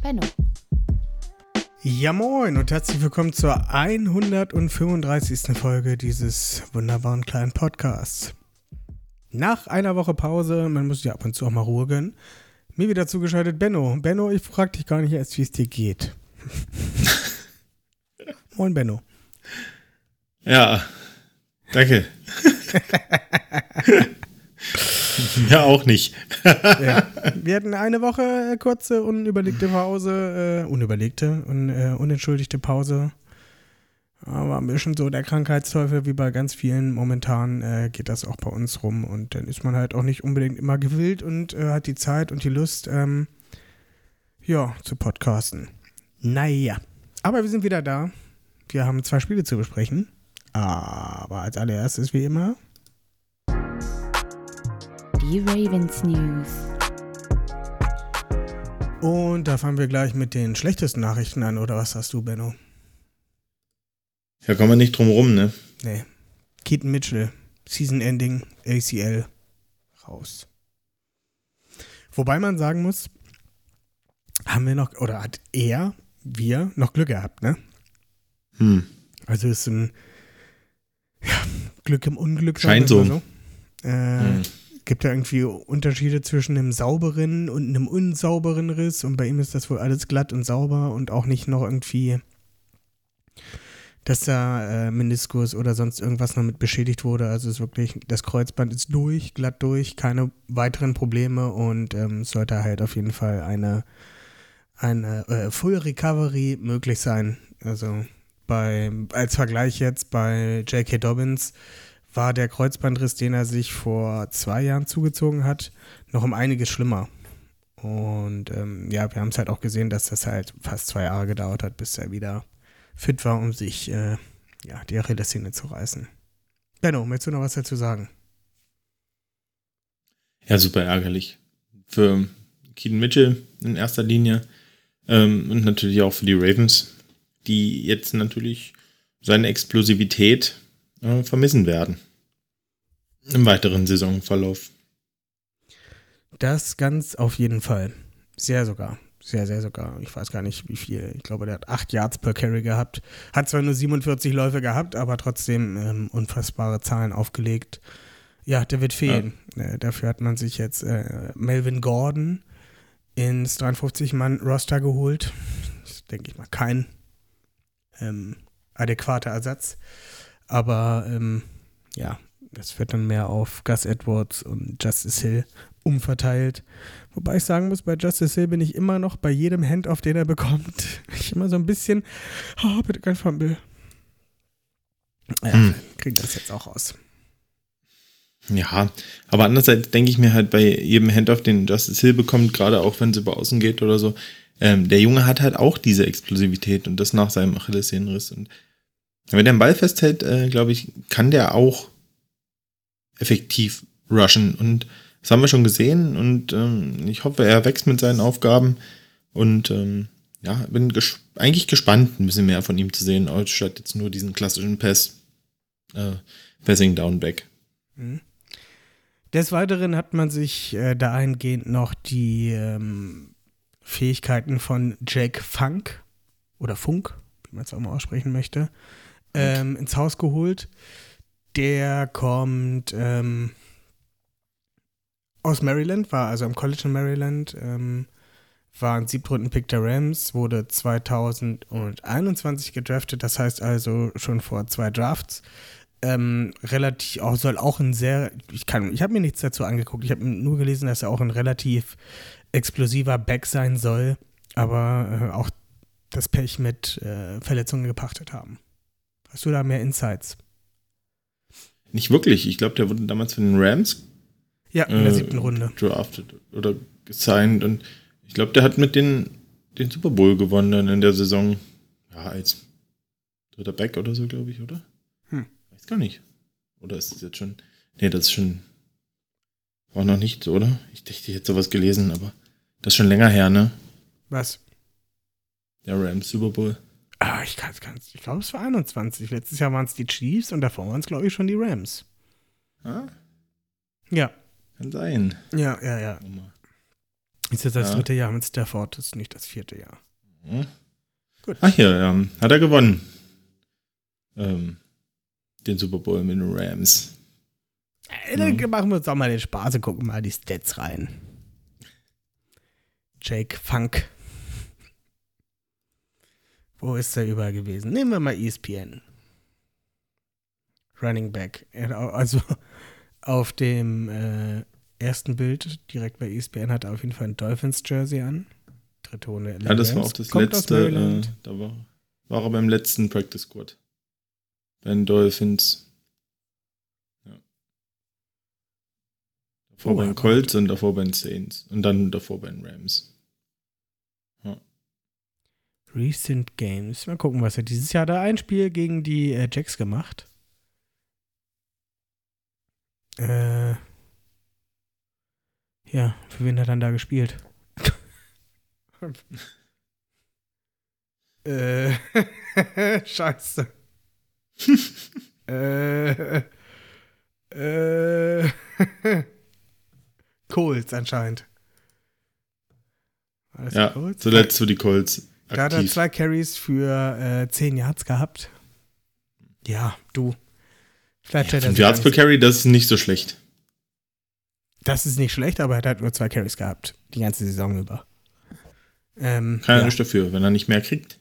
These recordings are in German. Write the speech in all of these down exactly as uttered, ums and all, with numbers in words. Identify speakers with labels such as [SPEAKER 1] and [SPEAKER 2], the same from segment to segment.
[SPEAKER 1] Benno.
[SPEAKER 2] Ja moin und herzlich willkommen zur hundertfünfunddreißigsten Folge dieses wunderbaren kleinen Podcasts. Nach einer Woche Pause, man muss ja ab und zu auch mal Ruhe gönnen, mir wieder zugeschaltet Benno. Benno, ich frage dich gar nicht erst, wie es dir geht. Moin Benno.
[SPEAKER 3] Ja, danke. Ja, auch nicht.
[SPEAKER 2] Ja. Wir hatten eine Woche äh, kurze, unüberlegte Pause, äh, unüberlegte und äh, unentschuldigte Pause. Aber ein bisschen so der Krankheitsteufel wie bei ganz vielen. Momentan äh, geht das auch bei uns rum und dann ist man halt auch nicht unbedingt immer gewillt und äh, hat die Zeit und die Lust, ähm, ja, zu podcasten. Naja, aber wir sind wieder da. Wir haben zwei Spiele zu besprechen. Aber als allererstes wie immer
[SPEAKER 1] Die Ravens News.
[SPEAKER 2] Und da fangen wir gleich mit den schlechtesten Nachrichten an, oder was hast du, Benno?
[SPEAKER 3] Ja, kommen wir nicht drum rum, ne?
[SPEAKER 2] Nee. Keaton Mitchell, Season Ending, A C L, raus. Wobei man sagen muss, haben wir noch, oder hat er, wir, noch Glück gehabt, ne?
[SPEAKER 3] Hm.
[SPEAKER 2] Also ist ein ja, Glück im Unglück.
[SPEAKER 3] Scheint so.
[SPEAKER 2] so. Äh, hm. Gibt ja irgendwie Unterschiede zwischen einem sauberen und einem unsauberen Riss und bei ihm ist das wohl alles glatt und sauber und auch nicht noch irgendwie, dass da äh, Meniskus oder sonst irgendwas noch mit beschädigt wurde. Also ist wirklich, das Kreuzband ist durch, glatt durch, keine weiteren Probleme und ähm, es sollte halt auf jeden Fall eine, eine äh, Full Recovery möglich sein. Also bei, als Vergleich jetzt bei J K. Dobbins war der Kreuzbandriss, den er sich vor zwei Jahren zugezogen hat, noch um einiges schlimmer. Und ähm, ja, wir haben es halt auch gesehen, dass das halt fast zwei Jahre gedauert hat, bis er wieder fit war, um sich äh, ja, die Achillessehne zu reißen. Benno, möchtest du noch was dazu sagen?
[SPEAKER 3] Ja, super ärgerlich. Für Keaton Mitchell in erster Linie ähm, und natürlich auch für die Ravens, die jetzt natürlich seine Explosivität äh, vermissen werden im weiteren Saisonverlauf.
[SPEAKER 2] Das ganz auf jeden Fall. Sehr sogar. Sehr, sehr sogar. Ich weiß gar nicht, wie viel. Ich glaube, der hat acht Yards per Carry gehabt. Hat zwar nur siebenundvierzig Läufe gehabt, aber trotzdem ähm, unfassbare Zahlen aufgelegt. Ja, der wird fehlen. Ja. Äh, dafür hat man sich jetzt äh, Melvin Gordon ins dreiundfünfzig-Mann-Roster geholt. Das ist, denke ich mal, kein ähm, adäquater Ersatz. Aber ähm, ja, das wird dann mehr auf Gus Edwards und Justice Hill umverteilt. Wobei ich sagen muss, bei Justice Hill bin ich immer noch bei jedem Handoff, den er bekommt, ich immer so ein bisschen, oh, bitte kein Fumble. Ja, hm. Kriegen das jetzt auch raus.
[SPEAKER 3] Ja, aber andererseits denke ich mir halt bei jedem Handoff, den Justice Hill bekommt, gerade auch wenn es über außen geht oder so, ähm, der Junge hat halt auch diese Explosivität und das nach seinem Achillessehnenriss. Und wenn der den Ball festhält, äh, glaube ich, kann der auch effektiv rushen. Und das haben wir schon gesehen. Und ähm, ich hoffe, er wächst mit seinen Aufgaben. Und ähm, ja, bin ges- eigentlich gespannt, ein bisschen mehr von ihm zu sehen, statt jetzt nur diesen klassischen Pass, äh, Passing Down Back.
[SPEAKER 2] Mhm. Des Weiteren hat man sich äh, dahingehend noch die ähm, Fähigkeiten von Jake Funk oder Funk, wie man es auch mal aussprechen möchte, ähm, ins Haus geholt. Der kommt ähm, aus Maryland, war also im College in Maryland, ähm, war ein Siebtrunden-Pick der Rams, wurde zweitausendeinundzwanzig gedraftet, das heißt also schon vor zwei Drafts. Ähm, relativ, auch, soll auch ein sehr, ich kann, ich habe mir nichts dazu angeguckt, ich habe nur gelesen, dass er auch ein relativ explosiver Back sein soll, aber äh, auch das Pech mit äh, Verletzungen gepachtet haben. Hast du da mehr Insights?
[SPEAKER 3] Nicht wirklich. Ich glaube, der wurde damals von den Rams
[SPEAKER 2] ja, in der äh, siebten Runde
[SPEAKER 3] drafted oder gesigned und ich glaube, der hat mit den, den Super Bowl gewonnen dann in der Saison. Ja, als dritter Back oder so, glaube ich, oder?
[SPEAKER 2] Hm.
[SPEAKER 3] Weiß gar nicht. Oder ist das jetzt schon... Nee, das ist schon... War noch nicht so, oder? Ich dachte, ich hätte sowas gelesen, aber das ist schon länger her, ne?
[SPEAKER 2] Was?
[SPEAKER 3] Der Rams Super Bowl.
[SPEAKER 2] Ah, ich kann es Ich glaube, es war einundzwanzig. Letztes Jahr waren es die Chiefs und davor waren es, glaube ich, schon die Rams.
[SPEAKER 3] Ah?
[SPEAKER 2] Ja.
[SPEAKER 3] Kann sein.
[SPEAKER 2] Ja, ja, ja. Ist jetzt das
[SPEAKER 3] Ja.
[SPEAKER 2] dritte Jahr mit Stafford, das ist nicht das vierte Jahr.
[SPEAKER 3] Mhm.
[SPEAKER 2] Gut.
[SPEAKER 3] Ach ja, ja, hat er gewonnen. Ähm, den Super Bowl mit den Rams.
[SPEAKER 2] Äh, Dann machen wir uns auch mal den Spaß und gucken mal die Stats rein. Jake Funk. Wo ist er überall gewesen? Nehmen wir mal E S P N. Running Back. Also auf dem äh, ersten Bild direkt bei E S P N hat er auf jeden Fall ein Dolphins-Jersey an. Dritte Runde.
[SPEAKER 3] Ja, das war auch das
[SPEAKER 2] Kommt aus
[SPEAKER 3] letzte. Äh,
[SPEAKER 2] Maryland.
[SPEAKER 3] da war, war er beim letzten Practice Squad. Bei den Dolphins. Ja. Davor
[SPEAKER 2] Oh,
[SPEAKER 3] bei den
[SPEAKER 2] aber-
[SPEAKER 3] Colts und davor bei den Saints. Und dann davor bei den Rams.
[SPEAKER 2] Recent Games. Mal gucken, was er dieses Jahr da ein Spiel gegen die äh, Jacks gemacht. Äh. Ja, für wen hat er dann da gespielt? äh. Scheiße. äh. Äh. Colts anscheinend. War das
[SPEAKER 3] Ja,
[SPEAKER 2] die Colts?
[SPEAKER 3] zuletzt für die Colts.
[SPEAKER 2] Da hat er
[SPEAKER 3] Aktiv.
[SPEAKER 2] zwei Carries für äh, zehn Yards gehabt. Ja, du. Vielleicht
[SPEAKER 3] Ja,
[SPEAKER 2] hat er
[SPEAKER 3] fünf
[SPEAKER 2] sich
[SPEAKER 3] Yards
[SPEAKER 2] gar
[SPEAKER 3] per
[SPEAKER 2] nicht-
[SPEAKER 3] Carry, das ist nicht so schlecht.
[SPEAKER 2] Das ist nicht schlecht, aber er hat halt nur zwei Carries gehabt. Die ganze Saison über. Ähm,
[SPEAKER 3] Kann er
[SPEAKER 2] ja.
[SPEAKER 3] nicht dafür, wenn er nicht mehr kriegt.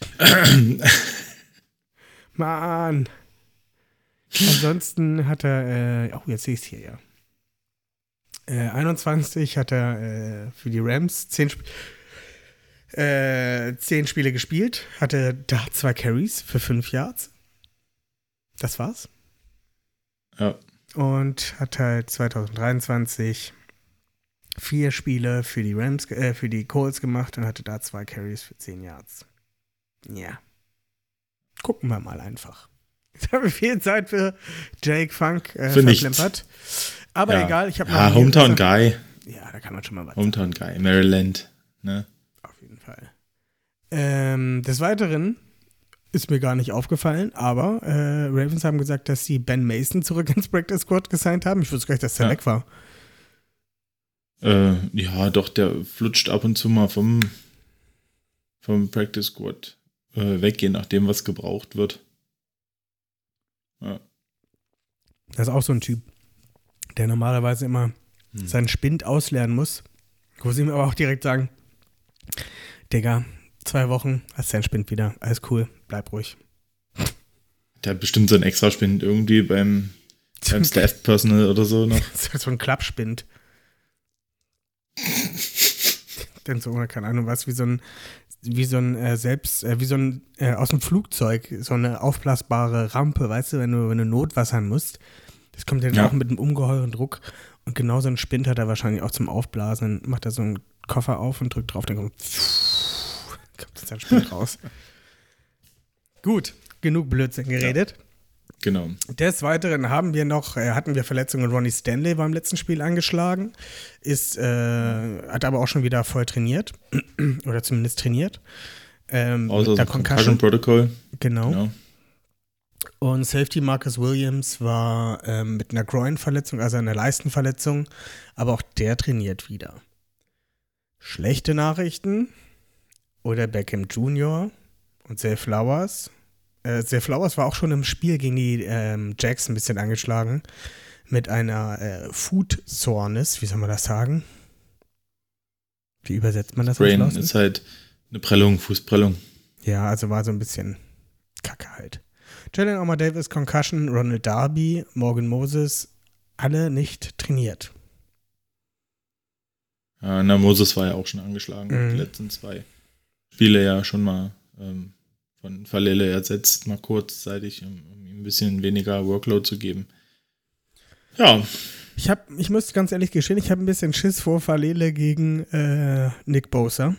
[SPEAKER 2] Mann. Ansonsten hat er, äh, oh, jetzt sehe ich es hier, ja. Äh, einundzwanzig hat er äh, für die Rams zehn, Sp- äh, zehn Spiele gespielt, hatte da zwei Carries für fünf Yards. Das war's.
[SPEAKER 3] Ja.
[SPEAKER 2] Und hat halt zwanzig dreiundzwanzig vier Spiele für die Rams, äh, für die Colts gemacht und hatte da zwei Carries für zehn Yards. Ja. Gucken wir mal einfach. Jetzt haben wir viel Zeit für Jake Funk äh,
[SPEAKER 3] Für nichts.
[SPEAKER 2] verplempert. Aber
[SPEAKER 3] ja.
[SPEAKER 2] egal, ich habe
[SPEAKER 3] Ja, Hometown Guy.
[SPEAKER 2] Ja, da kann man schon mal was
[SPEAKER 3] Hometown Guy. Maryland. Ne?
[SPEAKER 2] Auf jeden Fall. Ähm, des Weiteren ist mir gar nicht aufgefallen, aber äh, Ravens haben gesagt, dass sie Ben Mason zurück ins Practice Squad gesigned haben. Ich wusste gar nicht, dass der
[SPEAKER 3] Ja.
[SPEAKER 2] weg war.
[SPEAKER 3] Äh, ja, doch, der flutscht ab und zu mal vom, vom Practice Squad äh, weg, je nachdem, was gebraucht wird. Ja.
[SPEAKER 2] Das ist auch so ein Typ, der normalerweise immer
[SPEAKER 3] Hm.
[SPEAKER 2] seinen Spind auslernen muss. Wo sie ihm aber auch direkt sagen, Digga, zwei Wochen, hast deinen Spind wieder. Alles cool, bleib ruhig.
[SPEAKER 3] Der hat bestimmt so einen Extraspind irgendwie beim, beim Staff-Personal oder so noch.
[SPEAKER 2] So ein Klappspind. Denn so, keine Ahnung, was, wie so ein, wie so ein äh, selbst, äh, wie so ein, äh, aus dem Flugzeug, so eine aufblasbare Rampe, weißt du, wenn du, wenn du notwassern musst. Das kommt dann
[SPEAKER 3] Ja.
[SPEAKER 2] auch mit einem ungeheuren Druck. Und genau so einen Spind hat er wahrscheinlich auch zum Aufblasen. Dann macht er so einen Koffer auf und drückt drauf, dann kommt, kommt das dann Spind raus. Gut, genug Blödsinn geredet.
[SPEAKER 3] Genau.
[SPEAKER 2] Des Weiteren haben wir noch, äh, hatten wir Verletzungen. Ronnie Stanley war im letzten Spiel angeschlagen, ist, äh, hat aber auch schon wieder voll trainiert oder zumindest trainiert. Ähm,
[SPEAKER 3] Außer
[SPEAKER 2] mit der
[SPEAKER 3] so Concussion
[SPEAKER 2] Concussion.
[SPEAKER 3] Protocol.
[SPEAKER 2] Genau.
[SPEAKER 3] Genau.
[SPEAKER 2] Und Safety Marcus Williams war ähm, mit einer Groin-Verletzung, also einer Leistenverletzung, aber auch der trainiert wieder. Schlechte Nachrichten. Oder Beckham Junior und Zay Flowers. Äh, Zay Flowers war auch schon im Spiel gegen die ähm, Jacks ein bisschen angeschlagen. Mit einer äh, Foot Soreness, wie soll man das sagen? Wie übersetzt man das?
[SPEAKER 3] Brain
[SPEAKER 2] am
[SPEAKER 3] ist halt eine Prellung, Fußprellung.
[SPEAKER 2] Ja, also war so ein bisschen Kacke halt. Jalen Armour Davis, Concussion, Ronald Darby, Morgan Moses, alle nicht trainiert.
[SPEAKER 3] Ja, na, Moses war ja auch schon angeschlagen.
[SPEAKER 2] Mhm.
[SPEAKER 3] Die letzten zwei Spiele ja schon mal ähm, von Falele ersetzt, mal kurzzeitig, um, um ihm ein bisschen weniger Workload zu geben. Ja,
[SPEAKER 2] Ich hab, ich muss ganz ehrlich gestehen, ich habe ein bisschen Schiss vor Falele gegen äh, Nick Bosa.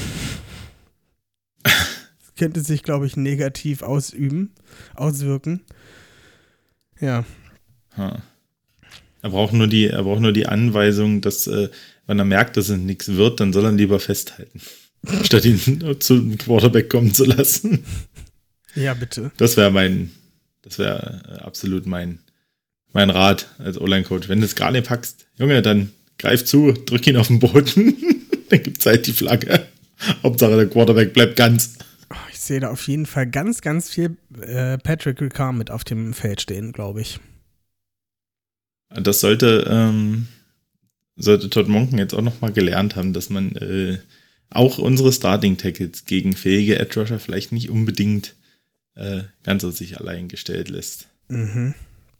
[SPEAKER 2] Das könnte sich, glaube ich, negativ ausüben, auswirken. Ja.
[SPEAKER 3] ha. Er braucht nur die, er braucht nur die Anweisung, dass, äh, wenn er merkt, dass es nichts wird, dann soll er ihn lieber festhalten, statt ihn zum Quarterback kommen zu lassen.
[SPEAKER 2] Ja, bitte.
[SPEAKER 3] Das wäre mein, das wäre äh, absolut mein, mein Rat als O-Line-Coach. Wenn du es gar nicht packst, Junge, dann greif zu, drück ihn auf den Boden. Dann gibt es halt die Flagge. Hauptsache der Quarterback bleibt ganz.
[SPEAKER 2] Ich sehe da auf jeden Fall ganz, ganz viel äh, Patrick Ricard mit auf dem Feld stehen, glaube ich.
[SPEAKER 3] Das sollte, ähm, sollte Todd Monken jetzt auch nochmal gelernt haben, dass man äh, auch unsere Starting-Tackles gegen fähige Edge-Rusher vielleicht nicht unbedingt äh, ganz auf sich allein gestellt lässt.
[SPEAKER 2] Mhm.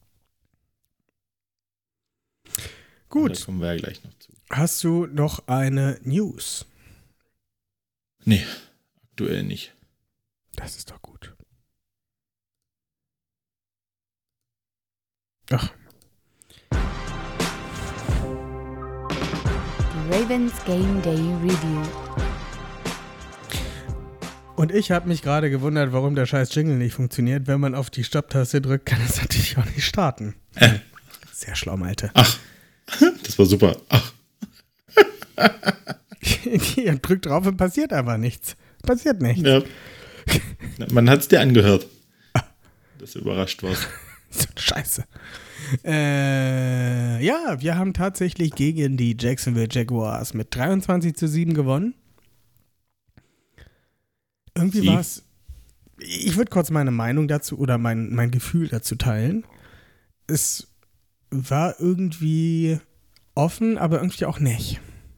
[SPEAKER 3] Aber
[SPEAKER 2] Gut.
[SPEAKER 3] da kommen wir ja gleich noch zu.
[SPEAKER 2] Hast du noch eine News?
[SPEAKER 3] Nee, aktuell nicht.
[SPEAKER 2] Das ist doch gut. Ach.
[SPEAKER 1] Die Ravens Game Day Review.
[SPEAKER 2] Und ich habe mich gerade gewundert, warum der scheiß Jingle nicht funktioniert. Wenn man auf die Stopp-Taste drückt, kann es natürlich auch nicht starten.
[SPEAKER 3] Äh.
[SPEAKER 2] Sehr schlau, Malte.
[SPEAKER 3] Ach, das war super. Ach.
[SPEAKER 2] Ihr drückt drauf und passiert aber nichts. Passiert nichts.
[SPEAKER 3] Ja. Man hat es dir angehört. Dass du überrascht warst.
[SPEAKER 2] So Scheiße. Äh, ja, wir haben tatsächlich gegen die Jacksonville Jaguars mit dreiundzwanzig zu sieben gewonnen. Irgendwie
[SPEAKER 3] Sie?
[SPEAKER 2] war es. Ich würde kurz meine Meinung dazu oder mein, mein Gefühl dazu teilen. Es war irgendwie offen, aber irgendwie auch nicht.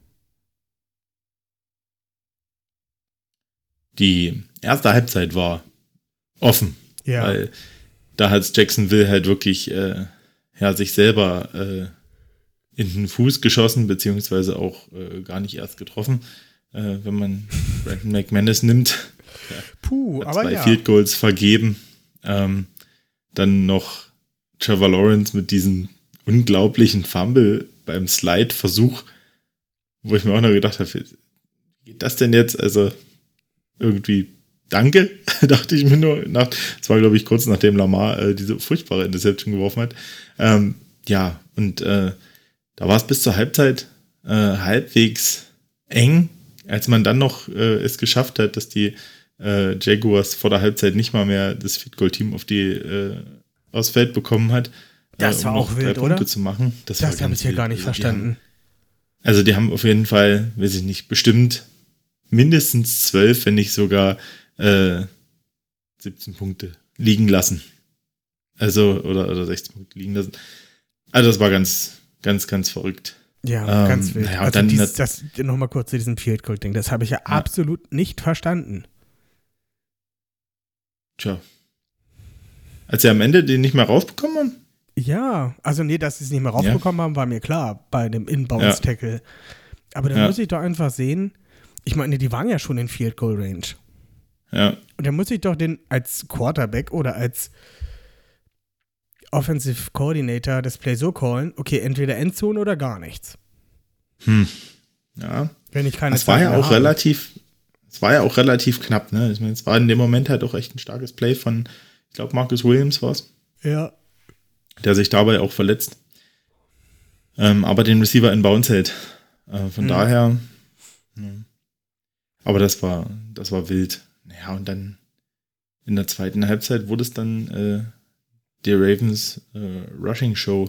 [SPEAKER 3] Die erste Halbzeit war offen.
[SPEAKER 2] Ja.
[SPEAKER 3] Weil da hat Jacksonville halt wirklich äh, ja, sich selber äh, in den Fuß geschossen, beziehungsweise auch äh, gar nicht erst getroffen, äh, wenn man Brandon McManus nimmt.
[SPEAKER 2] Puh,
[SPEAKER 3] Hat
[SPEAKER 2] aber
[SPEAKER 3] zwei
[SPEAKER 2] ja.
[SPEAKER 3] Field Goals vergeben. Ähm, dann noch Trevor Lawrence mit diesem unglaublichen Fumble beim Slide-Versuch, wo ich mir auch noch gedacht habe, wie geht das denn jetzt? Also irgendwie danke, dachte ich mir nur. Nach, das war, glaube ich, kurz nachdem Lamar äh, diese furchtbare Interception geworfen hat. Ähm, ja, und äh, da war es bis zur Halbzeit äh, halbwegs eng, als man dann noch äh, es geschafft hat, dass die äh, Jaguars vor der Halbzeit nicht mal mehr das Field-Goal-Team auf die äh, aufs Feld bekommen hat.
[SPEAKER 2] Das
[SPEAKER 3] äh,
[SPEAKER 2] war
[SPEAKER 3] um
[SPEAKER 2] auch
[SPEAKER 3] noch
[SPEAKER 2] wild,
[SPEAKER 3] drei Punkte
[SPEAKER 2] oder?
[SPEAKER 3] zu machen. Das,
[SPEAKER 2] Das habe ich ja
[SPEAKER 3] wild.
[SPEAKER 2] gar nicht
[SPEAKER 3] Also die
[SPEAKER 2] verstanden.
[SPEAKER 3] Haben, also die haben auf jeden Fall, weiß ich nicht, bestimmt mindestens zwölf, wenn nicht sogar äh, siebzehn Punkte liegen lassen. Also, oder, oder sechzehn Punkte liegen lassen. Also das war ganz, ganz, ganz verrückt.
[SPEAKER 2] Ja,
[SPEAKER 3] Ähm,
[SPEAKER 2] ganz wild.
[SPEAKER 3] naja,
[SPEAKER 2] also
[SPEAKER 3] dann
[SPEAKER 2] dieses, das, nochmal kurz zu diesem Field Goal Ding, das habe ich ja, ja absolut nicht verstanden.
[SPEAKER 3] Tja. Als sie am Ende den nicht mehr rausbekommen haben?
[SPEAKER 2] Ja, also nee, dass sie es nicht mehr rausbekommen ja. haben, war mir klar bei dem Inbounds-Tackle. Ja. Aber dann ja. muss ich doch einfach sehen, ich meine, die waren ja schon in Field Goal Range.
[SPEAKER 3] Ja.
[SPEAKER 2] Und dann muss ich doch den als Quarterback oder als Offensive Coordinator das Play so callen, okay, entweder Endzone oder gar nichts.
[SPEAKER 3] Hm. Ja.
[SPEAKER 2] Wenn ich keine
[SPEAKER 3] Es war ja auch habe. relativ, es war ja auch relativ knapp, ne? Ich meine, es war in dem Moment halt auch echt ein starkes Play von, ich glaube, Marcus Williams war es.
[SPEAKER 2] Ja.
[SPEAKER 3] Der sich dabei auch verletzt. Ähm, aber den Receiver in Bounds hält. Äh, von hm. daher. Ne. Aber das war, das war wild. Ja, und dann in der zweiten Halbzeit wurde es dann äh, die Ravens äh, Rushing Show.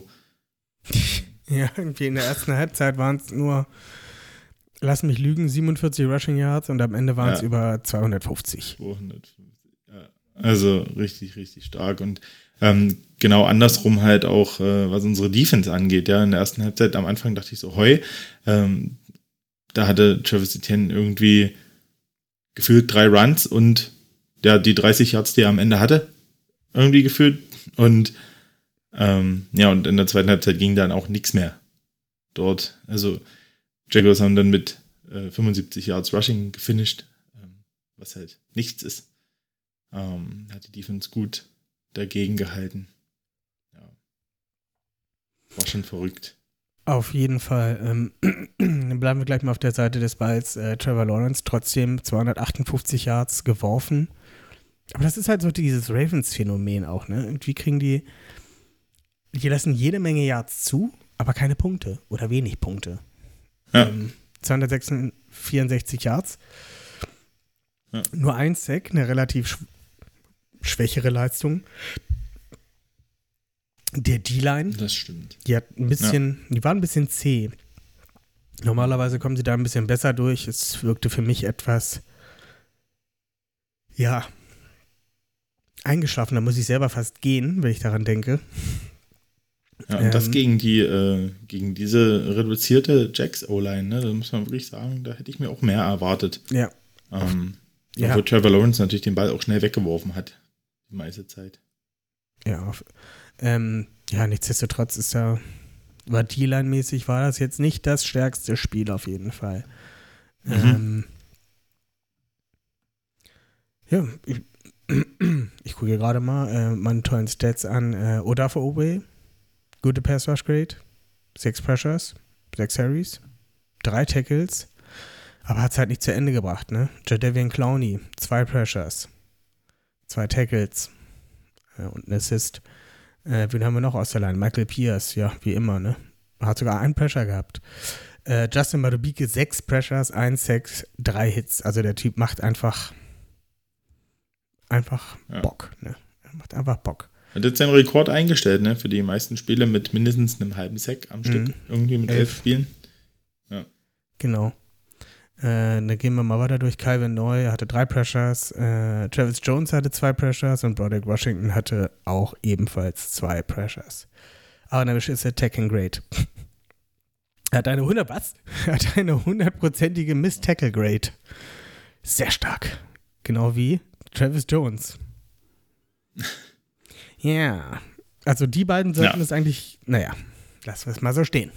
[SPEAKER 2] Ja, irgendwie in der ersten Halbzeit waren es nur, lass mich lügen, siebenundvierzig Rushing Yards und am Ende waren es ja. über zweihundertfünfzig.
[SPEAKER 3] zweihundertfünfzig, ja. Also richtig, richtig stark. Und ähm, genau andersrum halt auch, äh, was unsere Defense angeht. Ja, in der ersten Halbzeit am Anfang dachte ich so, heu, ähm, da hatte Travis Etienne irgendwie gefühlt drei Runs und ja, die dreißig Yards, die er am Ende hatte, irgendwie gefühlt. Und ähm, ja, und in der zweiten Halbzeit ging dann auch nichts mehr dort. Also Jaguars haben dann mit äh, fünfundsiebzig Yards Rushing gefinisht, ähm, was halt nichts ist. Ähm, hat die Defense gut dagegen gehalten. Ja. War schon verrückt.
[SPEAKER 2] Auf jeden Fall. Ähm, dann bleiben wir gleich mal auf der Seite des Balls. Äh, Trevor Lawrence trotzdem zweihundertachtundfünfzig Yards geworfen. Aber das ist halt so dieses Ravens-Phänomen auch, ne? Irgendwie kriegen die, die lassen jede Menge Yards zu, aber keine Punkte oder wenig Punkte.
[SPEAKER 3] Ja.
[SPEAKER 2] Ähm, zweihundertvierundsechzig Yards.
[SPEAKER 3] Ja.
[SPEAKER 2] Nur ein Sack, eine relativ sch- schwächere Leistung. Der D-Line,
[SPEAKER 3] das stimmt.
[SPEAKER 2] die hat ein bisschen, ja. die war ein bisschen zäh. Normalerweise kommen sie da ein bisschen besser durch. Es wirkte für mich etwas, ja, eingeschlafen. Da muss ich selber fast gehen, wenn ich daran denke.
[SPEAKER 3] Ja, und ähm, das gegen die, äh, gegen diese reduzierte Jacks-O-Line, ne? Da muss man wirklich sagen, da hätte ich mir auch mehr erwartet.
[SPEAKER 2] Ja.
[SPEAKER 3] Ähm,
[SPEAKER 2] ja.
[SPEAKER 3] Obwohl Trevor Lawrence natürlich den Ball auch schnell weggeworfen hat. Die meiste Zeit.
[SPEAKER 2] Ja, auf, ähm, ja, nichtsdestotrotz ist da, war D-Line-mäßig, war das jetzt nicht das stärkste Spiel auf jeden Fall. Mhm. Ähm, ja, ich, ich gucke gerade mal äh, meine tollen Stats an. Äh, Odafe Oweh, gute Pass Rush Grade, sechs Pressures, sechs Carries, drei Tackles, aber hat es halt nicht zu Ende gebracht, ne? Jadeveon Clowney, zwei Pressures, zwei Tackles äh, und ein Assist. Äh, wen haben wir noch aus der Line? Michael Pierce, ja, wie immer, ne? Hat sogar einen Pressure gehabt. Äh, Justin Madubuike, sechs Pressures, ein Sack, drei Hits. Also der Typ macht einfach einfach ja. Bock, ne? Er macht einfach Bock.
[SPEAKER 3] Hat jetzt seinen Rekord eingestellt, ne? Für die meisten Spiele mit mindestens einem halben Sack am Stück. Mhm. Irgendwie mit elf, elf Spielen. Ja.
[SPEAKER 2] Genau. Äh, dann gehen wir mal weiter durch. Calvin Neu hatte drei Pressures. Äh, Travis Jones hatte zwei Pressures und Broderick Washington hatte auch ebenfalls zwei Pressures. Aber dann ist der Tackling Grade. Er hat eine hundert, was? Er hat eine hundertprozentige Miss-Tackle-Grade. Sehr stark. Genau wie Travis Jones. Ja. yeah. Also die beiden sollten es ja. eigentlich, naja, lassen wir es mal so stehen.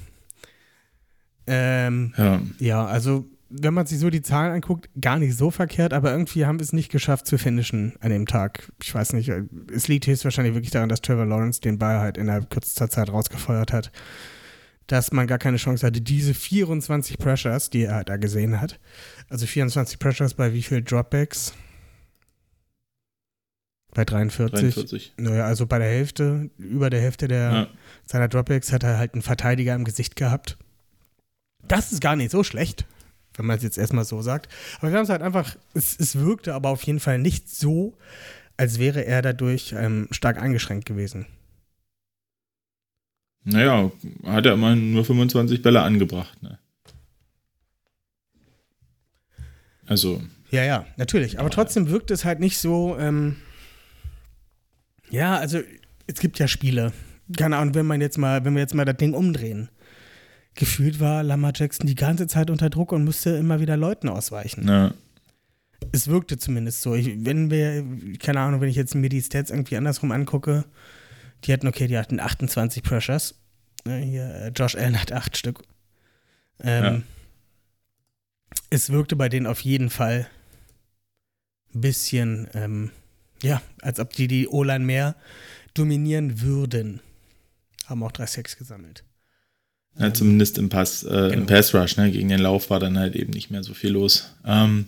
[SPEAKER 2] Ähm, ja. ja, also wenn man sich so die Zahlen anguckt, gar nicht so verkehrt, aber irgendwie haben wir es nicht geschafft zu finishen an dem Tag. Ich weiß nicht, es liegt höchstwahrscheinlich wirklich daran, dass Trevor Lawrence den Ball halt innerhalb kürzester Zeit rausgefeuert hat. Dass man gar keine Chance hatte, diese vierundzwanzig Pressures, die er da gesehen hat, also vierundzwanzig Pressures bei wie viel Dropbacks? Bei dreiundvierzig. dreiundvierzig. Naja, also bei der Hälfte, über der Hälfte der, ja. seiner Dropbacks hat er halt einen Verteidiger im Gesicht gehabt. Das ist gar nicht so schlecht, wenn man es jetzt erstmal so sagt. Aber wir haben es halt einfach, es, es wirkte aber auf jeden Fall nicht so, als wäre er dadurch ähm, stark eingeschränkt gewesen.
[SPEAKER 3] Naja, hat er immer nur fünfundzwanzig Bälle angebracht, ne? Also.
[SPEAKER 2] Ja, ja, natürlich. Aber trotzdem wirkt es halt nicht so, ähm, ja, also es gibt ja Spiele. Keine Ahnung, wenn man jetzt mal, wenn wir jetzt mal das Ding umdrehen. Gefühlt war Lamar Jackson die ganze Zeit unter Druck und musste immer wieder Leuten ausweichen. Ja. Es wirkte zumindest so. Ich, wenn wir, keine Ahnung, wenn ich jetzt mir die Stats irgendwie andersrum angucke, die hatten, okay, die hatten achtundzwanzig Pressures. Hier, Josh Allen hat acht Stück. Ähm, ja. Es wirkte bei denen auf jeden Fall ein bisschen, ähm, ja, als ob die die O-Line mehr dominieren würden. Haben auch drei Sacks gesammelt.
[SPEAKER 3] Ja, ähm, zumindest im Pass, äh, genau. im Pass Rush, ne? Gegen den Lauf war dann halt eben nicht mehr so viel los. Ähm,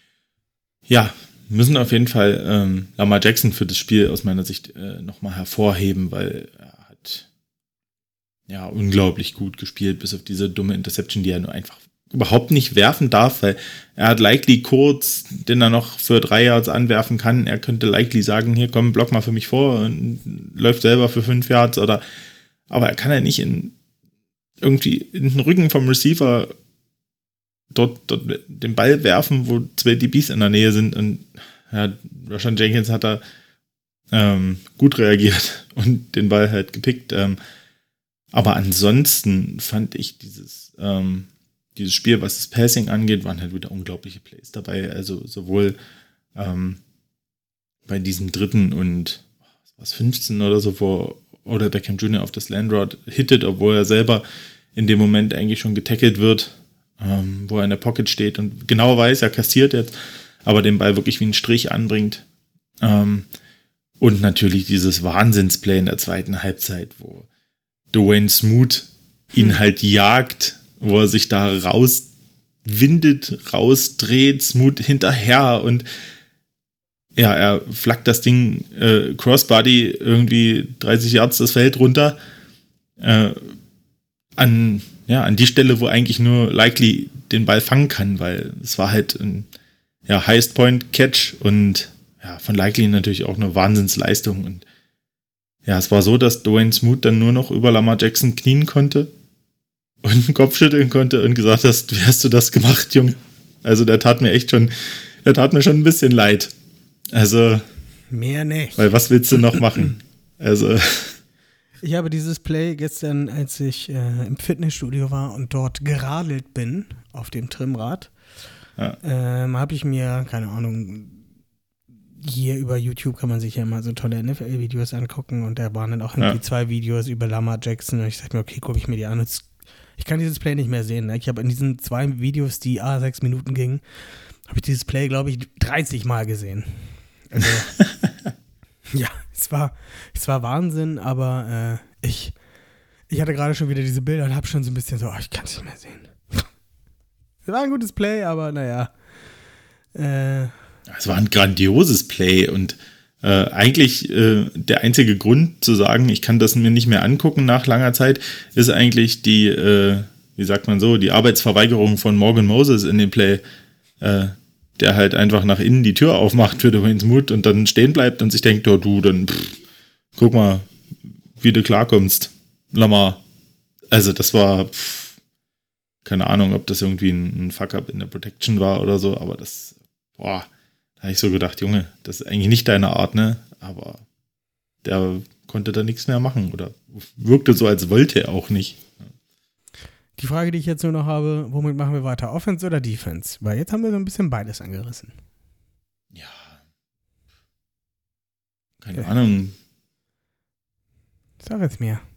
[SPEAKER 3] ja, müssen auf jeden Fall ähm, Lamar Jackson für das Spiel aus meiner Sicht äh, nochmal hervorheben, weil er hat ja unglaublich gut gespielt, bis auf diese dumme Interception, die er nur einfach überhaupt nicht werfen darf, weil er hat Likely kurz, den er noch für drei Yards anwerfen kann. Er könnte Likely sagen, hier komm, block mal für mich vor und läuft selber für fünf Yards oder, aber er kann ja nicht in irgendwie in den Rücken vom Receiver dort, dort den Ball werfen, wo zwei D Bs in der Nähe sind und ja, Rashaan Jenkins hat da ähm, gut reagiert und den Ball halt gepickt. Ähm, aber ansonsten fand ich dieses ähm, dieses Spiel, was das Passing angeht, waren halt wieder unglaubliche Plays dabei. Also sowohl ähm, bei diesem dritten und was fünfzehn oder so, wo oder Beckham Junior auf das Landrod hittet, obwohl er selber in dem Moment eigentlich schon getackelt wird, ähm, wo er in der Pocket steht und genau weiß, er kassiert jetzt, aber den Ball wirklich wie einen Strich anbringt. Ähm, und natürlich dieses Wahnsinnsplay in der zweiten Halbzeit, wo Dwayne Smoot ihn hm. halt jagt, wo er sich da rauswindet, rausdreht, Smoot hinterher und ja, er flackt das Ding äh, Crossbody irgendwie dreißig Yards das Feld runter äh, an, ja, an die Stelle, wo eigentlich nur Likely den Ball fangen kann, weil es war halt ein ja, Highest Point Catch und ja, von Likely natürlich auch eine Wahnsinnsleistung und ja, es war so, dass Dwayne Smoot dann nur noch über Lamar Jackson knien konnte und den Kopf schütteln konnte und gesagt hast, wie hast du das gemacht, Junge? Also der tat mir echt schon, der tat mir schon ein bisschen leid. Also
[SPEAKER 2] mehr nicht.
[SPEAKER 3] Weil was willst du noch machen? Also
[SPEAKER 2] ich habe dieses Play gestern, als ich äh, im Fitnessstudio war und dort geradelt bin auf dem Trimmrad, ja. ähm, habe ich mir, keine Ahnung, hier über YouTube kann man sich ja immer so tolle N F L-Videos angucken und da waren dann auch irgendwie ja. zwei Videos über Lamar Jackson und ich dachte mir, okay, gucke ich mir die an. Und ich kann dieses Play nicht mehr sehen. Ne? Ich habe in diesen zwei Videos, die ah, sechs Minuten gingen, habe ich dieses Play, glaube ich, dreißig Mal gesehen. Also, ja, es war, es war Wahnsinn, aber äh, ich, ich hatte gerade schon wieder diese Bilder und habe schon so ein bisschen so, oh, ich kann es nicht mehr sehen. Es war ein gutes Play, aber naja. Äh,
[SPEAKER 3] es war ein grandioses Play und äh, eigentlich äh, der einzige Grund zu sagen, ich kann das mir nicht mehr angucken nach langer Zeit, ist eigentlich die, äh, wie sagt man so, die Arbeitsverweigerung von Morgan Moses in dem Play, äh, der halt einfach nach innen die Tür aufmacht für Dwayne Smoot und dann stehen bleibt und sich denkt, oh du, dann pff, guck mal, wie du klarkommst, Lamar. Also das war, pff, keine Ahnung, ob das irgendwie ein, ein Fuck-up in der Protection war oder so, aber das, boah, da habe ich so gedacht, Junge, das ist eigentlich nicht deine Art, ne? Aber der konnte da nichts mehr machen oder wirkte so, als wollte er auch nicht.
[SPEAKER 2] Die Frage, die ich jetzt nur noch habe, womit machen wir weiter? Offense oder Defense? Weil jetzt haben wir so ein bisschen beides angerissen.
[SPEAKER 3] Ja. Keine okay. Ahnung.
[SPEAKER 2] Sag es mir.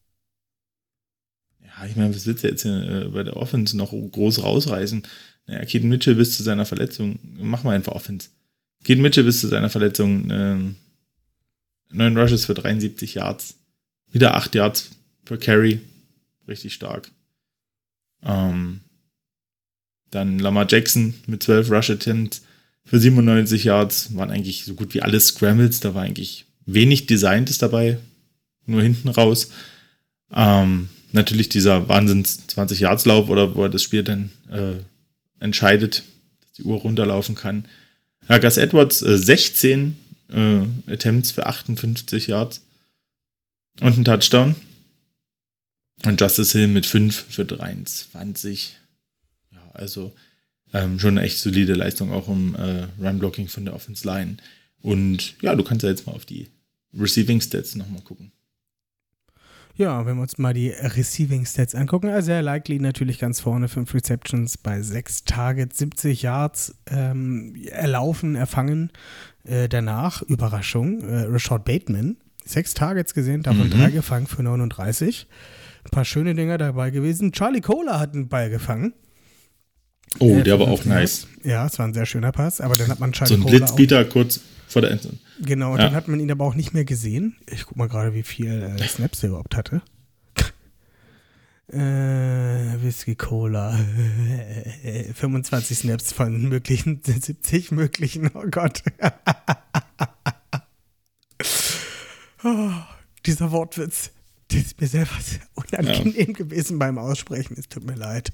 [SPEAKER 3] Ja, ich meine, was willst du jetzt äh, bei der Offense noch groß rausreißen? Naja, Keaton Mitchell bis zu seiner Verletzung, machen wir einfach Offense. Keaton Mitchell bis zu seiner Verletzung, ähm, neun Rushes für dreiundsiebzig Yards. Wieder acht Yards per Carry. Richtig stark. Ähm, dann Lamar Jackson mit zwölf Rush Attempts für siebenundneunzig Yards. Waren eigentlich so gut wie alle Scrambles. Da war eigentlich wenig Designtes dabei. Nur hinten raus. Ähm, natürlich dieser Wahnsinns zwanzig Yards Lauf oder wo er das Spiel dann äh, entscheidet, dass die Uhr runterlaufen kann. Ja, Gus Edwards äh, sechzehn äh, Attempts für achtundfünfzig Yards und ein Touchdown. Und Justice Hill mit fünf für dreiundzwanzig. Ja, also ähm, schon eine echt solide Leistung auch im äh, Run-Blocking von der Offense Line. Und ja, du kannst ja jetzt mal auf die Receiving Stats nochmal gucken.
[SPEAKER 2] Ja, wenn wir uns mal die Receiving Stats angucken, also sehr likely natürlich ganz vorne, fünf Receptions bei sechs Targets, siebzig Yards ähm, erlaufen, erfangen. Äh, danach, Überraschung, äh, Rashad Bateman, sechs Targets gesehen, davon mhm. drei gefangen für neununddreißig. Ein paar schöne Dinger dabei gewesen. Charlie Kohler hat einen Ball gefangen.
[SPEAKER 3] Oh, äh, der war auch nice.
[SPEAKER 2] Ja, es war ein sehr schöner Pass, aber dann hat man Charlie
[SPEAKER 3] So ein
[SPEAKER 2] Kohler
[SPEAKER 3] Blitzbeater kurz vor der Endzone.
[SPEAKER 2] Genau,
[SPEAKER 3] ja.
[SPEAKER 2] Dann hat man ihn aber auch nicht mehr gesehen. Ich guck mal gerade, wie viel äh, Snaps er überhaupt hatte. äh, Whisky Cola. fünfundzwanzig Snaps von möglichen siebzig möglichen. Oh Gott. oh, dieser Wortwitz. Das ist mir selber sehr unangenehm ja. gewesen beim Aussprechen. Es tut mir leid.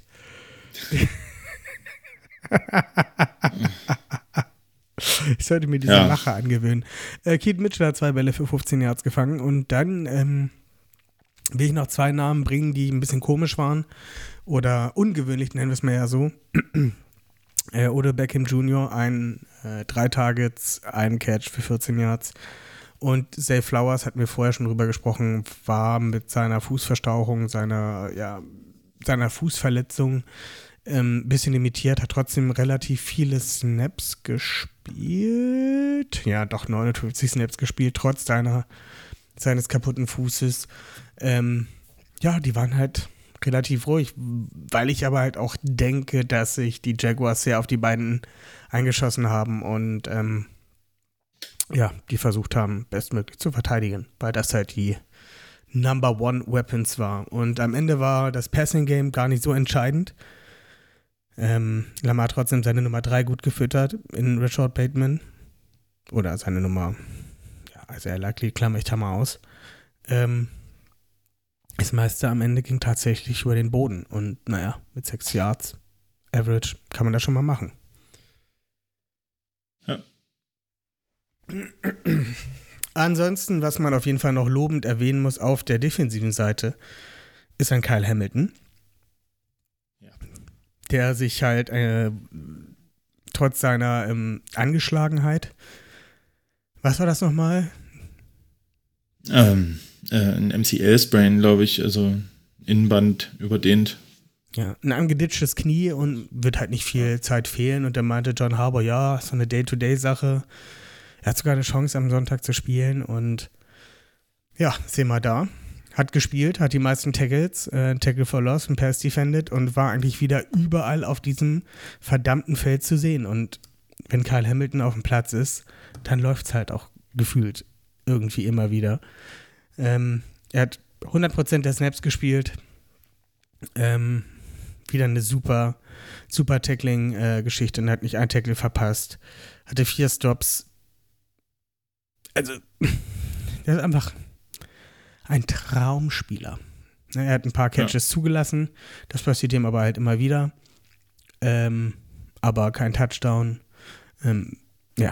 [SPEAKER 2] Ich sollte mir diese ja. Lache angewöhnen. Äh, Keaton Mitchell hat zwei Bälle für fünfzehn Yards gefangen und dann ähm, will ich noch zwei Namen bringen, die ein bisschen komisch waren oder ungewöhnlich, nennen wir es mal ja so. äh, Odell Beckham Junior, ein äh, drei Targets, ein Catch für vierzehn Yards. Und Zay Flowers, hatten wir vorher schon drüber gesprochen, war mit seiner Fußverstauchung, seiner, ja, seiner Fußverletzung ein ähm, bisschen limitiert, hat trotzdem relativ viele Snaps gespielt. Ja, doch neunundfünfzig Snaps gespielt, trotz seiner, seines kaputten Fußes. Ähm, ja, die waren halt relativ ruhig, weil ich aber halt auch denke, dass sich die Jaguars sehr auf die beiden eingeschossen haben und ähm, ja, die versucht haben, bestmöglich zu verteidigen, weil das halt die Number One Weapons war. Und am Ende war das Passing Game gar nicht so entscheidend. Ähm, Lamar hat trotzdem seine Nummer drei gut gefüttert in Rashad Bateman. Oder seine Nummer, ja, also er likely klammer ich da mal aus. Ähm, das meiste am Ende ging tatsächlich über den Boden. Und naja, mit sechs Yards Average kann man das schon mal machen.
[SPEAKER 3] Ja.
[SPEAKER 2] Ansonsten, was man auf jeden Fall noch lobend erwähnen muss auf der defensiven Seite, ist ein Kyle Hamilton. der sich halt äh, trotz seiner ähm, Angeschlagenheit, was war das nochmal?
[SPEAKER 3] Ähm, äh, ein M C L-Sprain, glaube ich, also Innenband überdehnt.
[SPEAKER 2] Ja, ein angeditschtes Knie und wird halt nicht viel Zeit fehlen. Und dann meinte John Harbaugh, ja, so eine Day-to-Day-Sache. Er hat sogar eine Chance, am Sonntag zu spielen. Und ja, sehen wir da. Hat gespielt, hat die meisten Tackles, äh, Tackle for Loss und Pass defended und war eigentlich wieder überall auf diesem verdammten Feld zu sehen. Und wenn Kyle Hamilton auf dem Platz ist, dann läuft es halt auch gefühlt irgendwie immer wieder. Ähm, er hat hundert Prozent der Snaps gespielt. Ähm, wieder eine super, super Tackling-Geschichte und hat nicht ein Tackle verpasst. Hatte vier Stops. Also, der ist einfach ein Traumspieler. Er hat ein paar Catches ja. zugelassen. Das passiert ihm aber halt immer wieder. Ähm, aber kein Touchdown. Ähm, ja.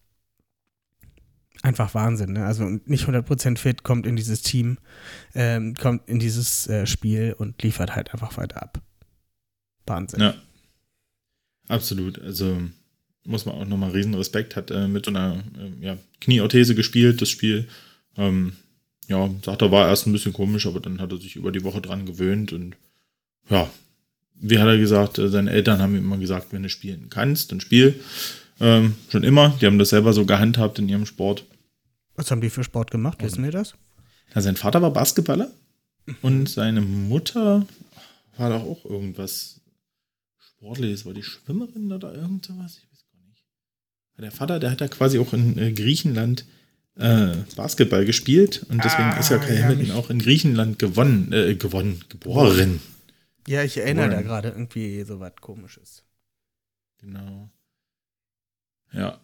[SPEAKER 2] Einfach Wahnsinn. Ne? Also nicht hundert Prozent fit, kommt in dieses Team, ähm, kommt in dieses äh, Spiel und liefert halt einfach weiter ab. Wahnsinn.
[SPEAKER 3] Ja. Absolut. Also muss man auch nochmal riesen Respekt, hat äh, mit so einer äh, ja, Knieorthese gespielt, das Spiel. Ähm, ja, sagt er, war erst ein bisschen komisch, aber dann hat er sich über die Woche dran gewöhnt und ja, wie hat er gesagt, äh, seine Eltern haben ihm immer gesagt, wenn du spielen kannst, dann spiel. Ähm, schon immer, die haben das selber so gehandhabt in ihrem Sport.
[SPEAKER 2] Was haben die für Sport gemacht, wissen wir das?
[SPEAKER 3] Ja, sein Vater war Basketballer und seine Mutter war doch auch irgendwas Sportliches, war die Schwimmerin oder irgend sowas? Ich weiß gar nicht. Der Vater, der hat ja quasi auch in äh, Griechenland äh, Basketball gespielt und deswegen ah, ist ja Kyle Hamilton ja, auch in Griechenland gewonnen, äh, gewonnen, geboren.
[SPEAKER 2] Ja, ich erinnere geboren. Da gerade irgendwie so was Komisches.
[SPEAKER 3] Genau. Ja.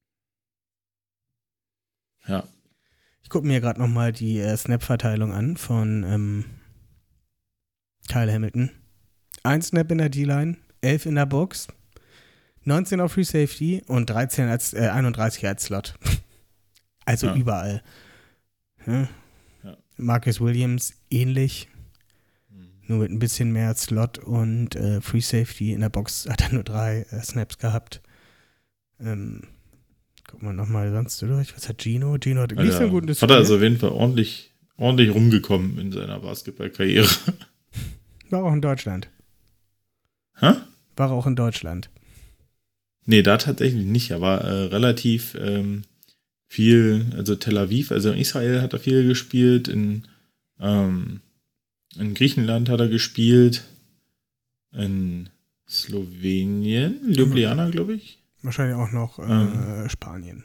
[SPEAKER 3] Ja.
[SPEAKER 2] Ich gucke mir gerade nochmal die äh, Snap-Verteilung an von ähm, Kyle Hamilton. Ein Snap in der D-Line, elf in der Box, neunzehn auf Free Safety und dreizehn als, äh, einunddreißig als Slot. Also ja. überall. Ja. Ja. Marcus Williams ähnlich, mhm. nur mit ein bisschen mehr Slot und äh, Free Safety. In der Box hat er nur drei äh, Snaps gehabt. Ähm, gucken wir nochmal sonst durch. Was hat Gino? Gino hat nicht so ein gutes
[SPEAKER 3] Spiel. Hat er also auf jeden Fall ordentlich, ordentlich rumgekommen in seiner Basketballkarriere.
[SPEAKER 2] War auch in Deutschland.
[SPEAKER 3] Hä?
[SPEAKER 2] War auch in Deutschland.
[SPEAKER 3] Nee, da tatsächlich nicht. Er war äh, relativ ähm, viel, also Tel Aviv, also in Israel hat er viel gespielt, in, ähm, in Griechenland hat er gespielt, in Slowenien, Ljubljana, glaube ich.
[SPEAKER 2] Wahrscheinlich auch noch äh, ähm, Spanien.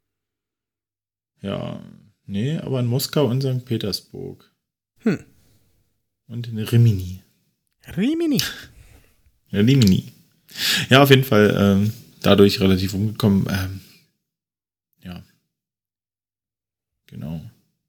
[SPEAKER 3] Ja, nee, aber in Moskau und Sankt Petersburg.
[SPEAKER 2] Hm.
[SPEAKER 3] Und in Rimini.
[SPEAKER 2] Rimini.
[SPEAKER 3] Ja, Rimini. Ja, auf jeden Fall ähm, dadurch relativ umgekommen. Ähm, ja. Genau.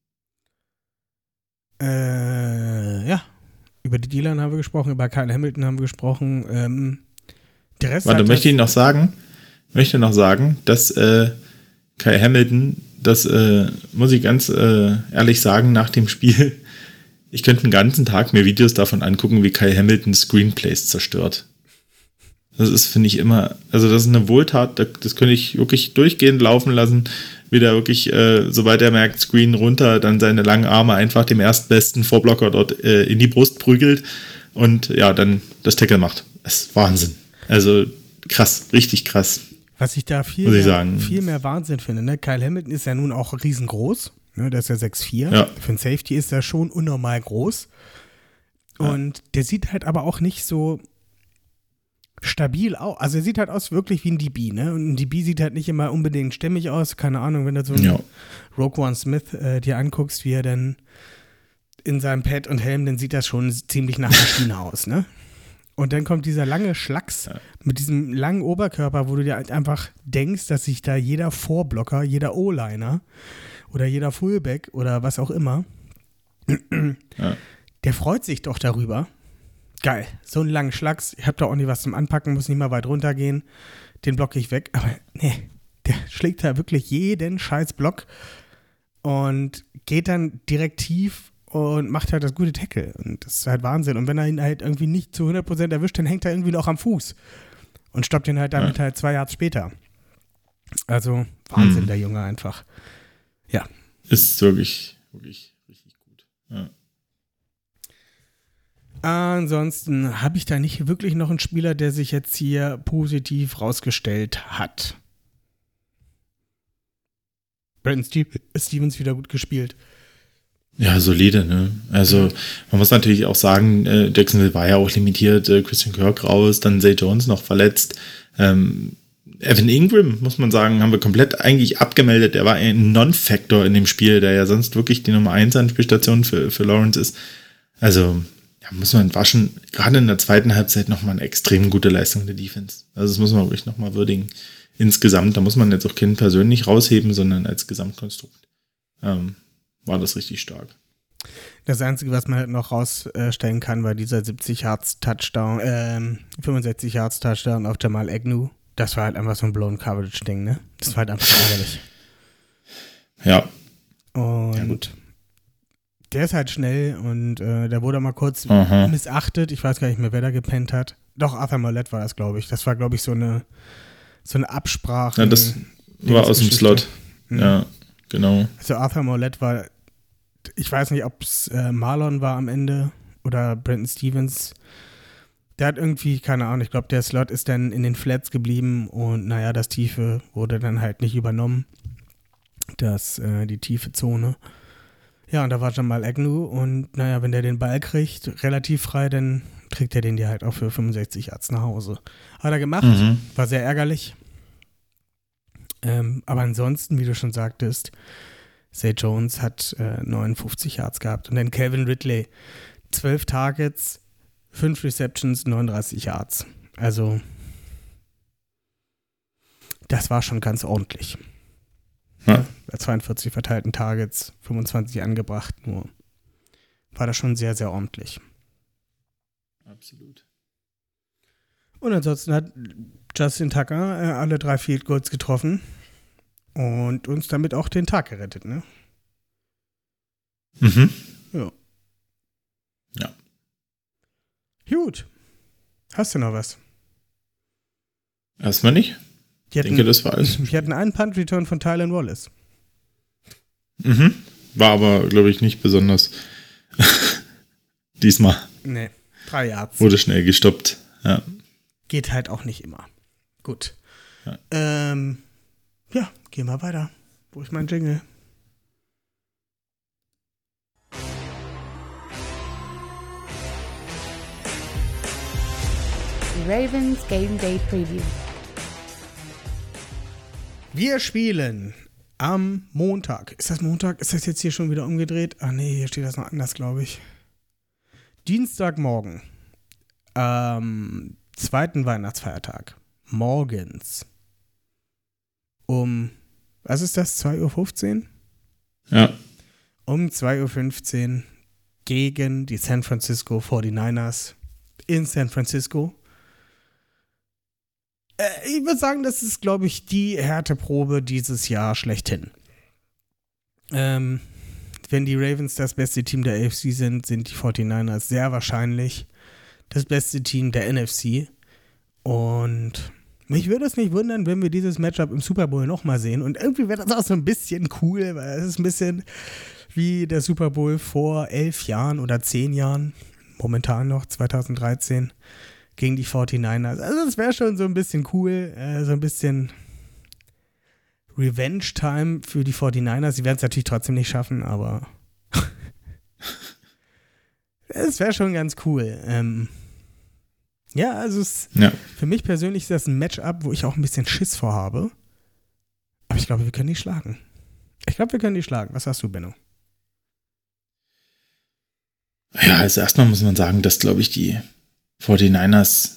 [SPEAKER 2] Äh, ja. Über die D-Line haben wir gesprochen, über Kyle Hamilton haben wir gesprochen. Ähm, der Rest
[SPEAKER 3] Warte, möchte ich noch sagen, möchte noch sagen, dass äh, Kyle Hamilton, das äh, muss ich ganz äh, ehrlich sagen, nach dem Spiel, ich könnte den ganzen Tag mir Videos davon angucken, wie Kyle Hamilton Screenplays zerstört. Das ist, finde ich, immer, also das ist eine Wohltat, das könnte ich wirklich durchgehend laufen lassen, wie der wirklich, äh, sobald er merkt, Screen runter, dann seine langen Arme einfach dem erstbesten Vorblocker dort äh, in die Brust prügelt und ja, dann das Tackle macht. Das ist Wahnsinn. Also krass, richtig krass.
[SPEAKER 2] Was ich da viel,
[SPEAKER 3] ich
[SPEAKER 2] mehr, viel mehr Wahnsinn finde, ne? Kyle Hamilton ist ja nun auch riesengroß, ne? Der ist ja sechs vier.
[SPEAKER 3] Ja.
[SPEAKER 2] Für einen Safety ist er schon unnormal groß. Und ja. der sieht halt aber auch nicht so stabil aus. Also er sieht halt aus wirklich wie ein D B, ne? Und ein D B sieht halt nicht immer unbedingt stämmig aus. Keine Ahnung, wenn du so einen
[SPEAKER 3] ja.
[SPEAKER 2] Roquan Smith äh, dir anguckst, wie er dann in seinem Pad und Helm, dann sieht das schon ziemlich nach Maschine aus, ne? Und dann kommt dieser lange Schlacks ja. mit diesem langen Oberkörper, wo du dir halt einfach denkst, dass sich da jeder Vorblocker, jeder O-Liner oder jeder Fullback oder was auch immer,
[SPEAKER 3] ja.
[SPEAKER 2] der freut sich doch darüber. Geil, so einen langen Schlacks, ich hab da auch nicht was zum Anpacken, muss nicht mal weit runtergehen, den blocke ich weg. Aber nee, der schlägt da wirklich jeden scheiß Block und geht dann direkt tief und macht halt das gute Tackle. Und das ist halt Wahnsinn. Und wenn er ihn halt irgendwie nicht zu hundert Prozent erwischt, dann hängt er irgendwie noch am Fuß und stoppt ihn halt damit ja. halt zwei Yards später. Also Wahnsinn, hm. der Junge einfach. Ja.
[SPEAKER 3] Ist wirklich, wirklich richtig gut. Ja.
[SPEAKER 2] Ansonsten habe ich da nicht wirklich noch einen Spieler, der sich jetzt hier positiv rausgestellt hat. Brandon Stevens wieder gut gespielt.
[SPEAKER 3] Ja, solide, ne? Also man muss natürlich auch sagen, äh, Jacksonville war ja auch limitiert, äh, Christian Kirk raus, dann Zay Jones noch verletzt. Ähm, Evan Ingram, muss man sagen, haben wir komplett eigentlich abgemeldet. Er war ein Non-Factor in dem Spiel, der ja sonst wirklich die Nummer eins Anspielstation für, für Lawrence ist. Also ja, muss man waschen, gerade in der zweiten Halbzeit nochmal eine extrem gute Leistung der Defense. Also das muss man wirklich nochmal würdigen. Insgesamt, da muss man jetzt auch keinen persönlich rausheben, sondern als Gesamtkonstrukt ähm, war das richtig stark.
[SPEAKER 2] Das Einzige, was man halt noch rausstellen kann, war dieser siebzig Yards Touchdown, ähm, fünfundsechzig Yards Touchdown auf Jamal Agnew. Das war halt einfach so ein blown Coverage-Ding, ne? Das war halt einfach ärgerlich.
[SPEAKER 3] Ja.
[SPEAKER 2] Und ja, gut. Der ist halt schnell und äh, der wurde mal kurz
[SPEAKER 3] Aha.
[SPEAKER 2] missachtet. Ich weiß gar nicht mehr, wer da gepennt hat. Doch, Arthur Mollett war das, glaube ich. Das war, glaube ich, so eine so eine Absprache.
[SPEAKER 3] Ja, das war aus dem Slot. Mhm. Ja, genau.
[SPEAKER 2] Also Arthur Mollett war, ich weiß nicht, ob es äh, Marlon war am Ende oder Brandon Stevens. Der hat irgendwie, keine Ahnung, ich glaube, der Slot ist dann in den Flats geblieben und naja, das Tiefe wurde dann halt nicht übernommen. Das, äh, die tiefe Zone. Ja, und da war Jamal Agnew und naja, wenn der den Ball kriegt, relativ frei, dann kriegt er den dir halt auch für fünfundsechzig Yards nach Hause. Hat er gemacht, mhm. war sehr ärgerlich. Ähm, aber ansonsten, wie du schon sagtest, Zay Jones hat äh, neunundfünfzig Yards gehabt und dann Calvin Ridley, zwölf Targets, fünf Receptions, neununddreißig Yards. Also das war schon ganz ordentlich. Ja. Bei zweiundvierzig verteilten Targets, fünfundzwanzig angebracht, nur war das schon sehr, sehr ordentlich.
[SPEAKER 3] Absolut.
[SPEAKER 2] Und ansonsten hat Justin Tucker äh, alle drei Field Goals getroffen und uns damit auch den Tag gerettet, ne?
[SPEAKER 3] Mhm.
[SPEAKER 2] Ja.
[SPEAKER 3] Ja.
[SPEAKER 2] Gut. Hast du noch was?
[SPEAKER 3] Erstmal nicht. Ich
[SPEAKER 2] hatten,
[SPEAKER 3] denke, das war alles.
[SPEAKER 2] Wir hatten einen Punt-Return von Tylan Wallace.
[SPEAKER 3] Mhm. War aber, glaube ich, nicht besonders diesmal.
[SPEAKER 2] Nee, drei Yards.
[SPEAKER 3] Wurde schnell gestoppt. Ja.
[SPEAKER 2] Geht halt auch nicht immer. Gut.
[SPEAKER 3] Ja,
[SPEAKER 2] ähm, ja gehen wir weiter. Wo ist mein Jingle?
[SPEAKER 1] Ravens Game Day Preview.
[SPEAKER 2] Wir spielen am Montag. Ist das Montag? Ist das jetzt hier schon wieder umgedreht? Ah nee, hier steht das noch anders, glaube ich. Dienstagmorgen. Am zweiten Weihnachtsfeiertag. Morgens. Um, was ist das? zwei Uhr fünfzehn?
[SPEAKER 3] Ja.
[SPEAKER 2] Um zwei Uhr fünfzehn gegen die San Francisco forty-niners in San Francisco. Ich würde sagen, das ist, glaube ich, die Härteprobe dieses Jahr schlechthin. Ähm, wenn die Ravens das beste Team der A F C sind, sind die forty-niners sehr wahrscheinlich das beste Team der N F C. Und mich würde es nicht wundern, wenn wir dieses Matchup im Super Bowl nochmal sehen. Und irgendwie wäre das auch so ein bisschen cool, weil es ist ein bisschen wie der Super Bowl vor elf Jahren oder zehn Jahren, momentan noch, zwanzig dreizehn, gegen die forty-niners. Also das wäre schon so ein bisschen cool, äh, so ein bisschen Revenge-Time für die forty-niners. Sie werden es natürlich trotzdem nicht schaffen, aber es wäre schon ganz cool. Ähm, ja, also es,
[SPEAKER 3] ja.
[SPEAKER 2] Für mich persönlich ist das ein Matchup, wo ich auch ein bisschen Schiss vorhabe. Aber ich glaube, wir können die schlagen. Ich glaube, wir können die schlagen. Was sagst du, Benno?
[SPEAKER 3] Ja, also erstmal muss man sagen, dass, glaube ich, die forty-niners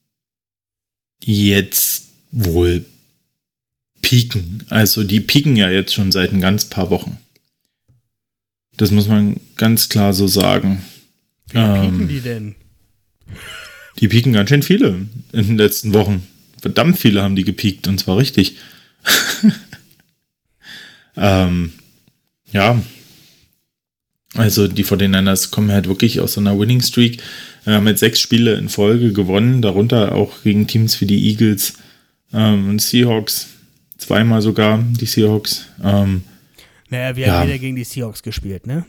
[SPEAKER 3] jetzt wohl pieken. Also die pieken ja jetzt schon seit ein ganz paar Wochen. Das muss man ganz klar so sagen.
[SPEAKER 2] Wie ähm, pieken die denn?
[SPEAKER 3] Die pieken ganz schön viele in den letzten Wochen. Verdammt viele haben die gepiekt und zwar richtig. ähm, ja, Also die forty-niners kommen halt wirklich aus so einer Winning Streak, äh, haben jetzt sechs Spiele in Folge gewonnen, darunter auch gegen Teams wie die Eagles ähm, und Seahawks, zweimal sogar die Seahawks. Ähm,
[SPEAKER 2] naja, wir
[SPEAKER 3] ja.
[SPEAKER 2] haben wieder gegen die Seahawks gespielt, ne?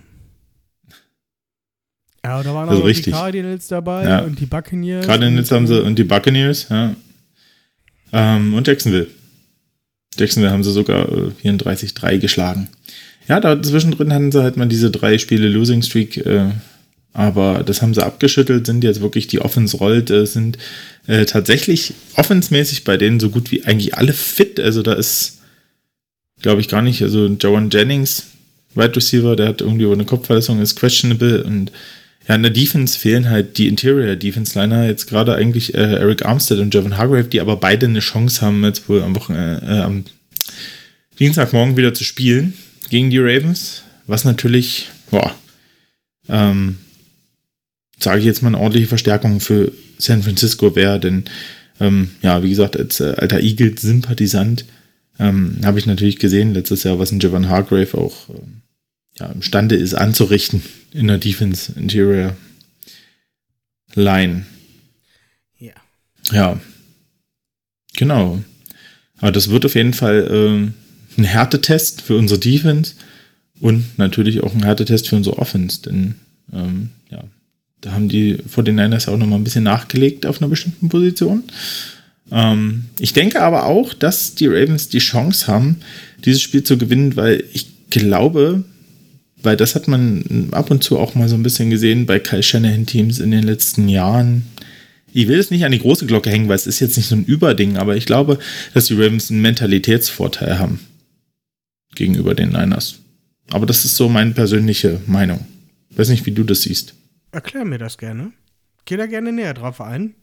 [SPEAKER 2] Ja, da waren
[SPEAKER 3] also
[SPEAKER 2] auch
[SPEAKER 3] richtig.
[SPEAKER 2] die Cardinals dabei
[SPEAKER 3] Ja.
[SPEAKER 2] und die Buccaneers.
[SPEAKER 3] Cardinals haben sie und die Buccaneers, ja. Ähm, und Jacksonville. Jacksonville haben sie sogar äh, vierunddreißig drei geschlagen. Ja, da zwischendrin hatten sie halt mal diese drei Spiele Losing Streak, äh, aber das haben sie abgeschüttelt, sind jetzt wirklich die Offense rollt, äh, sind äh, tatsächlich offensmäßig bei denen so gut wie eigentlich alle fit. Also da ist, glaube ich, gar nicht, also Jawan Jennings, Wide Receiver, der hat irgendwie eine Kopfverletzung, ist questionable und ja, in der Defense fehlen halt die Interior-Defense-Liner, jetzt gerade eigentlich äh, Eric Armstead und Javon Hargrave, die aber beide eine Chance haben, jetzt wohl am Wochenende, äh, am Dienstagmorgen wieder zu spielen gegen die Ravens, was natürlich, boah, ähm, sage ich jetzt mal, eine ordentliche Verstärkung für San Francisco wäre, denn, ähm, ja, wie gesagt, als äh, alter Eagles-Sympathisant ähm, habe ich natürlich gesehen letztes Jahr, was ein Javon Hargrave auch ähm, ja, imstande ist anzurichten in der Defense Interior Line.
[SPEAKER 2] Ja.
[SPEAKER 3] Ja. Genau. Aber das wird auf jeden Fall ähm, ein Härtetest für unsere Defense und natürlich auch ein Härtetest für unsere Offense, denn ähm, ja, da haben die forty-niners auch nochmal ein bisschen nachgelegt auf einer bestimmten Position. Ähm, ich denke aber auch, dass die Ravens die Chance haben, dieses Spiel zu gewinnen, weil ich glaube, weil das hat man ab und zu auch mal so ein bisschen gesehen bei Kyle Shanahan-Teams in den letzten Jahren. Ich will es nicht an die große Glocke hängen, weil es ist jetzt nicht so ein Überding, aber ich glaube, dass die Ravens einen Mentalitätsvorteil haben gegenüber den Niners. Aber das ist so meine persönliche Meinung. Ich weiß nicht, wie du das siehst.
[SPEAKER 2] Erklär mir das gerne. Geh da gerne näher drauf ein.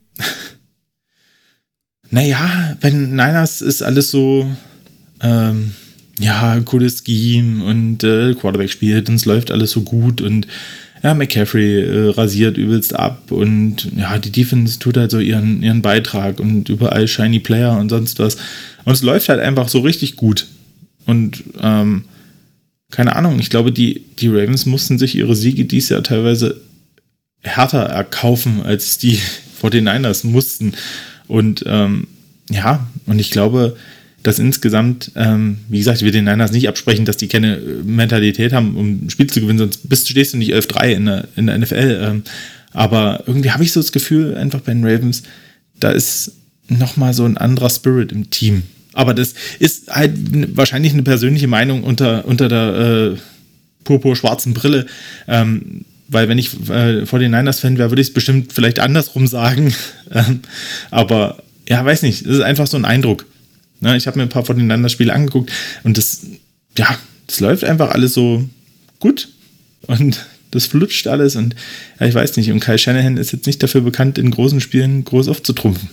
[SPEAKER 3] Naja, bei den Niners ist alles so, ähm, ja, cooles Scheme und äh, Quarterback spielt und es läuft alles so gut und ja, McCaffrey äh, rasiert übelst ab und ja, die Defense tut halt so ihren, ihren Beitrag und überall shiny Player und sonst was. Und es läuft halt einfach so richtig gut. Und ähm, keine Ahnung, ich glaube, die, die Ravens mussten sich ihre Siege dieses Jahr teilweise härter erkaufen, als die forty-niners mussten. Und ähm, ja, und ich glaube, dass insgesamt, ähm, wie gesagt, wir den Niners nicht absprechen, dass die keine Mentalität haben, um ein Spiel zu gewinnen, sonst bist, stehst du nicht elf drei in der, in der N F L. Ähm, aber irgendwie habe ich so das Gefühl, einfach bei den Ravens, da ist nochmal so ein anderer Spirit im Team. Aber das ist halt wahrscheinlich eine persönliche Meinung unter, unter der äh, purpur-schwarzen Brille. Ähm, weil wenn ich äh, forty-niners-Fan wäre, würde ich es bestimmt vielleicht andersrum sagen. ähm, aber ja, weiß nicht, es ist einfach so ein Eindruck. Ne, ich habe mir ein paar forty-niners-Spiele angeguckt und das, ja, das läuft einfach alles so gut und das flutscht alles und ja, ich weiß nicht, und Kyle Shanahan ist jetzt nicht dafür bekannt, in großen Spielen groß aufzutrumpfen.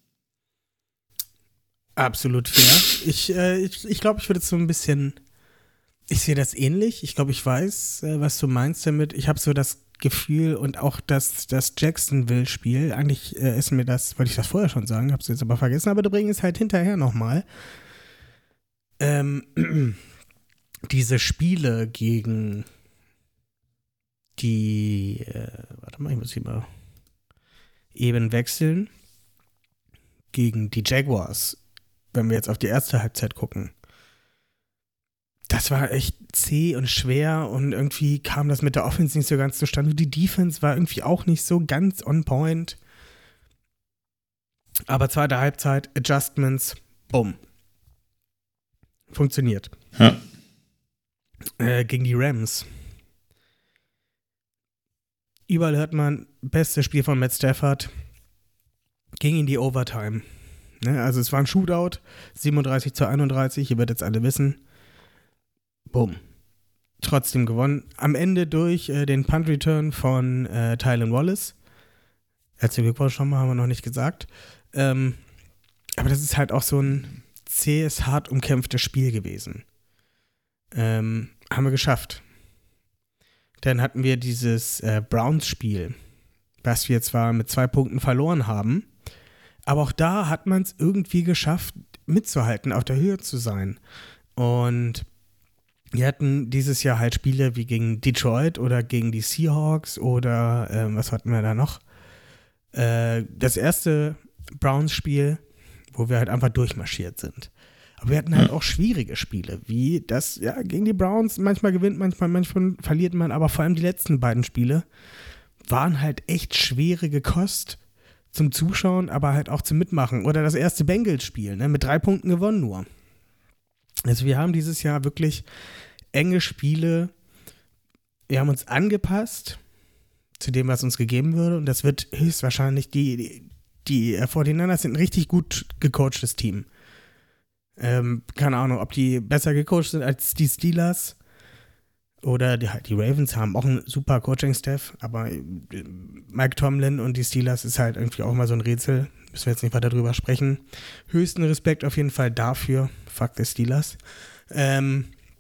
[SPEAKER 2] Absolut fair. Ich äh, ich, ich glaube, ich würde so ein bisschen, ich sehe das ähnlich. Ich glaube, ich weiß, äh, was du meinst damit. Ich habe so das Gefühl und auch das, das Jacksonville-Spiel, eigentlich äh, ist mir das, wollte ich das vorher schon sagen, habe es jetzt aber vergessen, aber du bringst es halt hinterher nochmal. Ähm, diese Spiele gegen die, äh, warte mal, ich muss hier mal eben wechseln, gegen die Jaguars, wenn wir jetzt auf die erste Halbzeit gucken. Das war echt zäh und schwer und irgendwie kam das mit der Offense nicht so ganz zustande. Die Defense war irgendwie auch nicht so ganz on point. Aber zweite Halbzeit, Adjustments, bumm. Funktioniert.
[SPEAKER 3] Ja.
[SPEAKER 2] Äh, gegen die Rams. Überall hört man, bestes Spiel von Matt Stafford. Ging in die Overtime. Ne, also es war ein Shootout, siebenunddreißig zu einunddreißig, ihr werdet es alle wissen. Boom. Trotzdem gewonnen. Am Ende durch äh, den Punt-Return von äh, Tylan Wallace. Herzlichen Glückwunsch schon mal, haben wir noch nicht gesagt. Ähm, aber das ist halt auch so ein zähes, hart umkämpftes Spiel gewesen. Ähm, haben wir geschafft. Dann hatten wir dieses äh, Browns-Spiel, was wir zwar mit zwei Punkten verloren haben, aber auch da hat man es irgendwie geschafft, mitzuhalten, auf der Höhe zu sein. Und Die hatten dieses Jahr halt Spiele wie gegen Detroit oder gegen die Seahawks oder ähm, was hatten wir da noch? Äh, das erste Browns-Spiel, wo wir halt einfach durchmarschiert sind. Aber wir hatten halt auch schwierige Spiele, wie das, ja, gegen die Browns, manchmal gewinnt, manchmal, manchmal verliert man, aber vor allem die letzten beiden Spiele waren halt echt schwierige Kost zum Zuschauen, aber halt auch zum Mitmachen. Oder das erste Bengals-Spiel, ne, mit drei Punkten gewonnen nur. Also wir haben dieses Jahr wirklich enge Spiele, wir haben uns angepasst zu dem, was uns gegeben würde, und das wird höchstwahrscheinlich, die, die, die forty-niners sind ein richtig gut gecoachtes Team. Ähm, keine Ahnung, ob die besser gecoacht sind als die Steelers oder die, die Ravens haben auch einen super Coaching-Staff, aber Mike Tomlin und die Steelers ist halt irgendwie auch mal so ein Rätsel. Müssen wir jetzt nicht weiter drüber sprechen. Höchsten Respekt auf jeden Fall dafür. Fuck the Steelers. Ähm,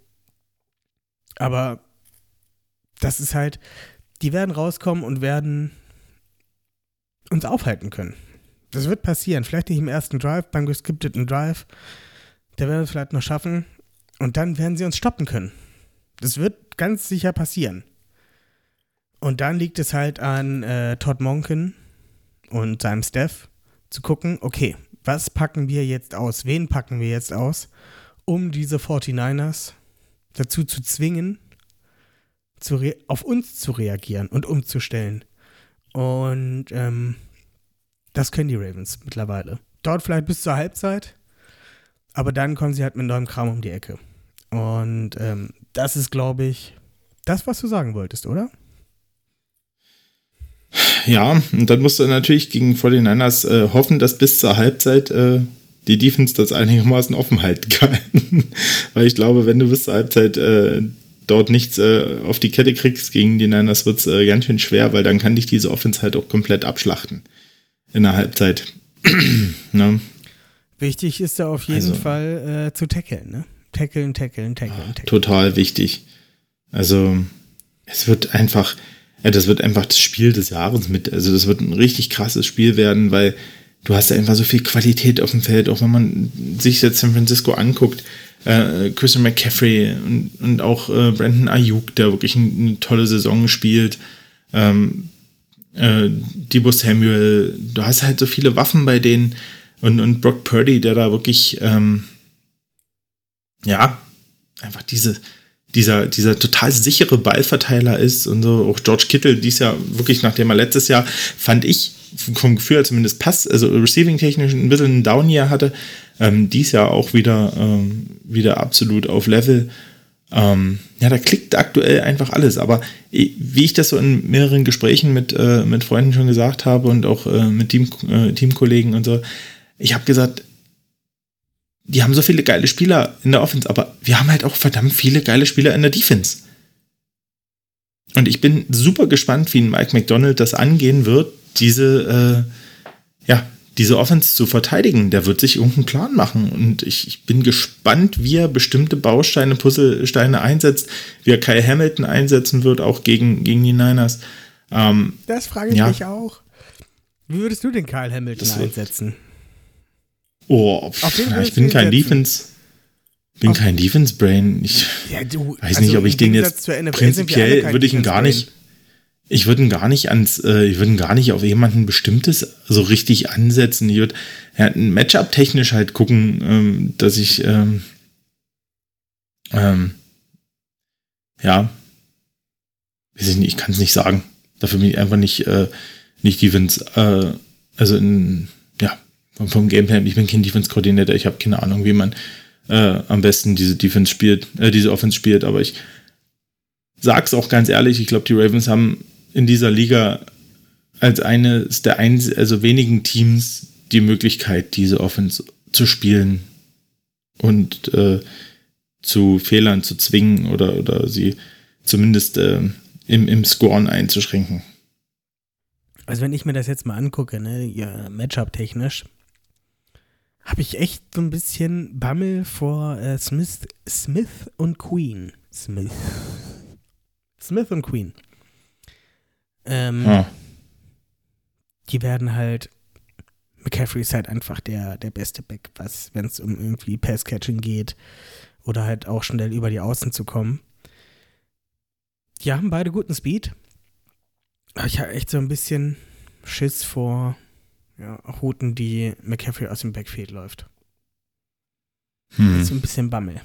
[SPEAKER 2] aber das ist halt, die werden rauskommen und werden uns aufhalten können. Das wird passieren. Vielleicht nicht im ersten Drive, beim gescripteten Drive. Der werden wir es vielleicht noch schaffen. Und dann werden sie uns stoppen können. Das wird ganz sicher passieren. Und dann liegt es halt an äh, Todd Monken und seinem Staff zu gucken, okay, was packen wir jetzt aus? Wen packen wir jetzt aus, um diese forty-niners dazu zu zwingen, zu re- auf uns zu reagieren und umzustellen. Und ähm, das können die Ravens mittlerweile. Dauert vielleicht bis zur Halbzeit, aber dann kommen sie halt mit neuem Kram um die Ecke. Und ähm, das ist, glaube ich, das, was du sagen wolltest, oder?
[SPEAKER 3] Ja, und dann musst du natürlich gegen forty-niners äh, hoffen, dass bis zur Halbzeit äh, die Defense das einigermaßen offen halten kann. Weil ich glaube, wenn du bis zur Halbzeit äh, dort nichts äh, auf die Kette kriegst gegen die Niners, wird es äh, ganz schön schwer, weil dann kann dich diese Offense halt auch komplett abschlachten in der Halbzeit. Ne?
[SPEAKER 2] Wichtig ist da auf jeden
[SPEAKER 3] Also,
[SPEAKER 2] Fall äh, zu tackeln, ne? Tackeln, tackeln, tackeln, tackeln.
[SPEAKER 3] Total wichtig. Also es wird einfach, ja, das wird einfach das Spiel des Jahres mit, also das wird ein richtig krasses Spiel werden, weil du hast ja einfach so viel Qualität auf dem Feld, auch wenn man sich jetzt San Francisco anguckt, äh, Christian McCaffrey und, und auch äh, Brandon Ayuk, der wirklich eine, eine tolle Saison spielt, ähm, äh, Deebo Samuel, du hast halt so viele Waffen bei denen und, und Brock Purdy, der da wirklich ähm, ja, einfach diese, dieser, dieser total sichere Ballverteiler ist und so. Auch George Kittle, dies Jahr wirklich, nachdem er letztes Jahr, fand ich, vom Gefühl her zumindest Pass, also receiving-technisch ein bisschen einen Down-Year hatte, ähm, dies Jahr auch wieder, ähm, wieder absolut auf Level. Ähm, ja, da klickt aktuell einfach alles. Aber wie ich das so in mehreren Gesprächen mit, äh, mit Freunden schon gesagt habe und auch äh, mit Team, äh, Teamkollegen und so, ich habe gesagt, die haben so viele geile Spieler in der Offense, aber wir haben halt auch verdammt viele geile Spieler in der Defense. Und ich bin super gespannt, wie Mike Macdonald das angehen wird, diese, äh, ja, diese Offense zu verteidigen. Der wird sich irgendeinen Plan machen. Und ich, ich bin gespannt, wie er bestimmte Bausteine, Puzzlesteine einsetzt, wie er Kyle Hamilton einsetzen wird, auch gegen, gegen die Niners. Ähm,
[SPEAKER 2] das frage ich
[SPEAKER 3] ja.
[SPEAKER 2] mich auch. Wie würdest du den Kyle Hamilton einsetzen?
[SPEAKER 3] Oh, pff, ja, ich bin kein Defense, bin Auf kein Defense-Brain. Ich
[SPEAKER 2] ja, du,
[SPEAKER 3] weiß
[SPEAKER 2] also
[SPEAKER 3] nicht, ob ich den jetzt prinzipiell würde ich ihn gar nicht, ich würde ihn gar nicht ans, äh, ich würde ihn gar nicht auf jemanden Bestimmtes so richtig ansetzen. Ich würde ja, Matchup-technisch halt gucken, ähm, dass ich, ähm, ähm, ja, weiß ich nicht, ich kann es nicht sagen. Dafür bin ich einfach nicht, äh, nicht Defense, äh, also in, ja, vom Gameplay, ich bin kein Defense-Koordinator, ich habe keine Ahnung, wie man äh, am besten diese Defense spielt, äh, diese Offense spielt, aber ich sag's auch ganz ehrlich, ich glaube, die Ravens haben in dieser Liga als eines der ein, also wenigen Teams die Möglichkeit, diese Offense zu spielen und äh, zu Fehlern zu zwingen oder, oder sie zumindest äh, im, im Scoren einzuschränken.
[SPEAKER 2] Also wenn ich mir das jetzt mal angucke, ne, ja, Matchup-technisch, habe ich echt so ein bisschen Bammel vor äh, Smith, Smith und Queen. Smith. Smith und Queen. Ähm,
[SPEAKER 3] ah.
[SPEAKER 2] Die werden halt, McCaffrey ist halt einfach der, der beste Back, was, wenn es um irgendwie Pass-Catching geht oder halt auch schnell über die Außen zu kommen. Die haben beide guten Speed. Aber ich habe echt so ein bisschen Schiss vor ja, Routen, die McCaffrey aus dem Backfield läuft.
[SPEAKER 3] Hm.
[SPEAKER 2] Das ist so ein bisschen Bammel.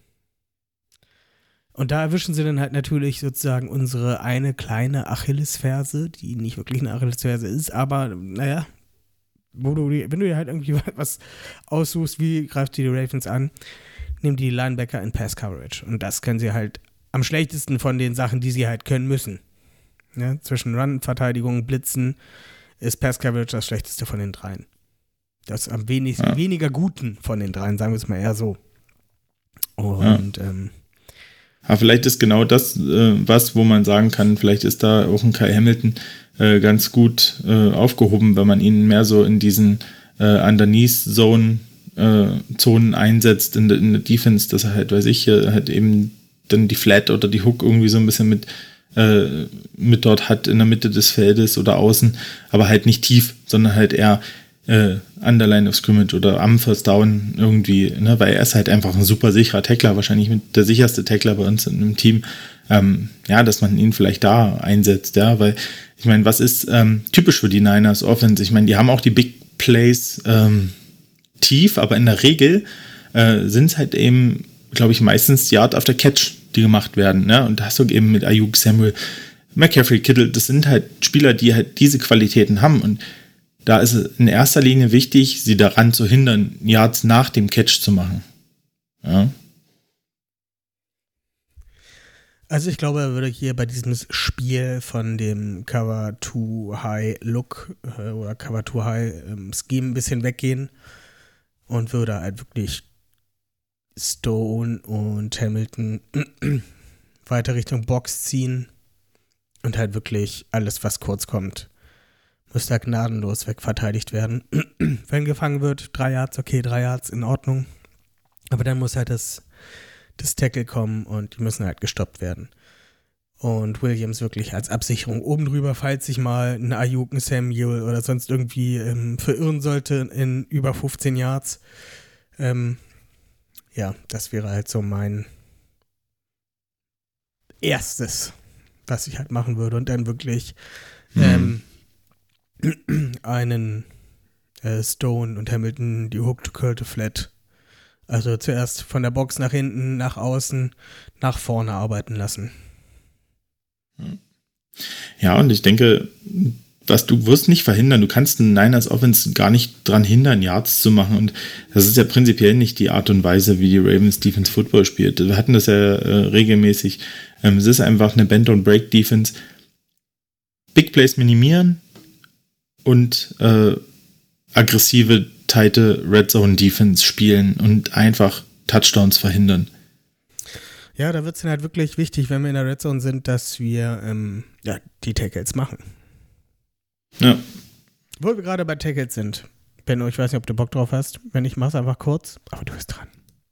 [SPEAKER 2] Und da erwischen sie dann halt natürlich sozusagen unsere eine kleine Achillesferse, die nicht wirklich eine Achillesferse ist, aber naja, wo du, wenn du dir halt irgendwie was aussuchst, wie greifst du die Ravens an, nimm die Linebacker in Pass Coverage. Und das können sie halt am schlechtesten von den Sachen, die sie halt können müssen. Ja, zwischen Run-Verteidigung, Blitzen ist Pass Coverage das schlechteste von den dreien. Das am wenigsten, ja. weniger guten von den dreien, sagen wir es mal eher so. Und ja. ähm,
[SPEAKER 3] Aber vielleicht ist genau das äh, was, wo man sagen kann, vielleicht ist da auch ein Kyle Hamilton äh, ganz gut äh, aufgehoben, wenn man ihn mehr so in diesen äh, Underneath-Zone äh, Zonen einsetzt in, de, in der Defense, dass er halt, weiß ich, halt eben dann die Flat oder die Hook irgendwie so ein bisschen mit, äh, mit dort hat in der Mitte des Feldes oder außen, aber halt nicht tief, sondern halt eher äh, an der Line of Scrimmage oder am First Down irgendwie, ne, weil er ist halt einfach ein super sicherer Tackler, wahrscheinlich mit der sicherste Tackler bei uns in einem Team, ähm, ja, dass man ihn vielleicht da einsetzt, ja, weil ich meine, was ist ähm, typisch für die Niners Offense? Ich meine, die haben auch die Big Plays ähm, tief, aber in der Regel äh, sind es halt eben, glaube ich, meistens Yard after Catch, die gemacht werden, ne, und da hast du eben mit Ayuk, Samuel, McCaffrey, Kittle, das sind halt Spieler, die halt diese Qualitäten haben und da ist es in erster Linie wichtig, sie daran zu hindern, Yards nach dem Catch zu machen. Ja.
[SPEAKER 2] Also ich glaube, er würde hier bei diesem Spiel von dem Cover two High Look äh, oder Cover two High ähm, Scheme ein bisschen weggehen und würde halt wirklich Stone und Hamilton weiter Richtung Box ziehen und halt wirklich alles, was kurz kommt, muss da gnadenlos wegverteidigt werden. Wenn gefangen wird, drei Yards, okay, drei Yards, in Ordnung. Aber dann muss halt das, das Tackle kommen und die müssen halt gestoppt werden. Und Williams wirklich als Absicherung oben drüber, falls sich mal ein Ayuk, ein Samuel oder sonst irgendwie ähm, verirren sollte in über fünfzehn Yards. Ähm, ja, das wäre halt so mein erstes, was ich halt machen würde. Und dann wirklich mhm. ähm, einen äh, Stone und Hamilton die Hook to Curl to Flat. Also zuerst von der Box nach hinten, nach außen, nach vorne arbeiten lassen.
[SPEAKER 3] Ja, und ich denke, was du wirst nicht verhindern, du kannst einen Niners Offense gar nicht dran hindern, Yards zu machen. Und das ist ja prinzipiell nicht die Art und Weise, wie die Ravens Defense Football spielt. Wir hatten das ja äh, regelmäßig. Ähm, es ist einfach eine Bend-and-Break-Defense. Big Plays minimieren und äh, aggressive, tighte Red Zone Defense spielen und einfach Touchdowns verhindern.
[SPEAKER 2] Ja, da wird es dann halt wirklich wichtig, wenn wir in der Red Zone sind, dass wir ähm, ja, die Tackles machen.
[SPEAKER 3] Ja.
[SPEAKER 2] Wo wir gerade bei Tackles sind. Benno, ich weiß nicht, ob du Bock drauf hast. Wenn nicht, mach's einfach kurz. Aber du bist dran.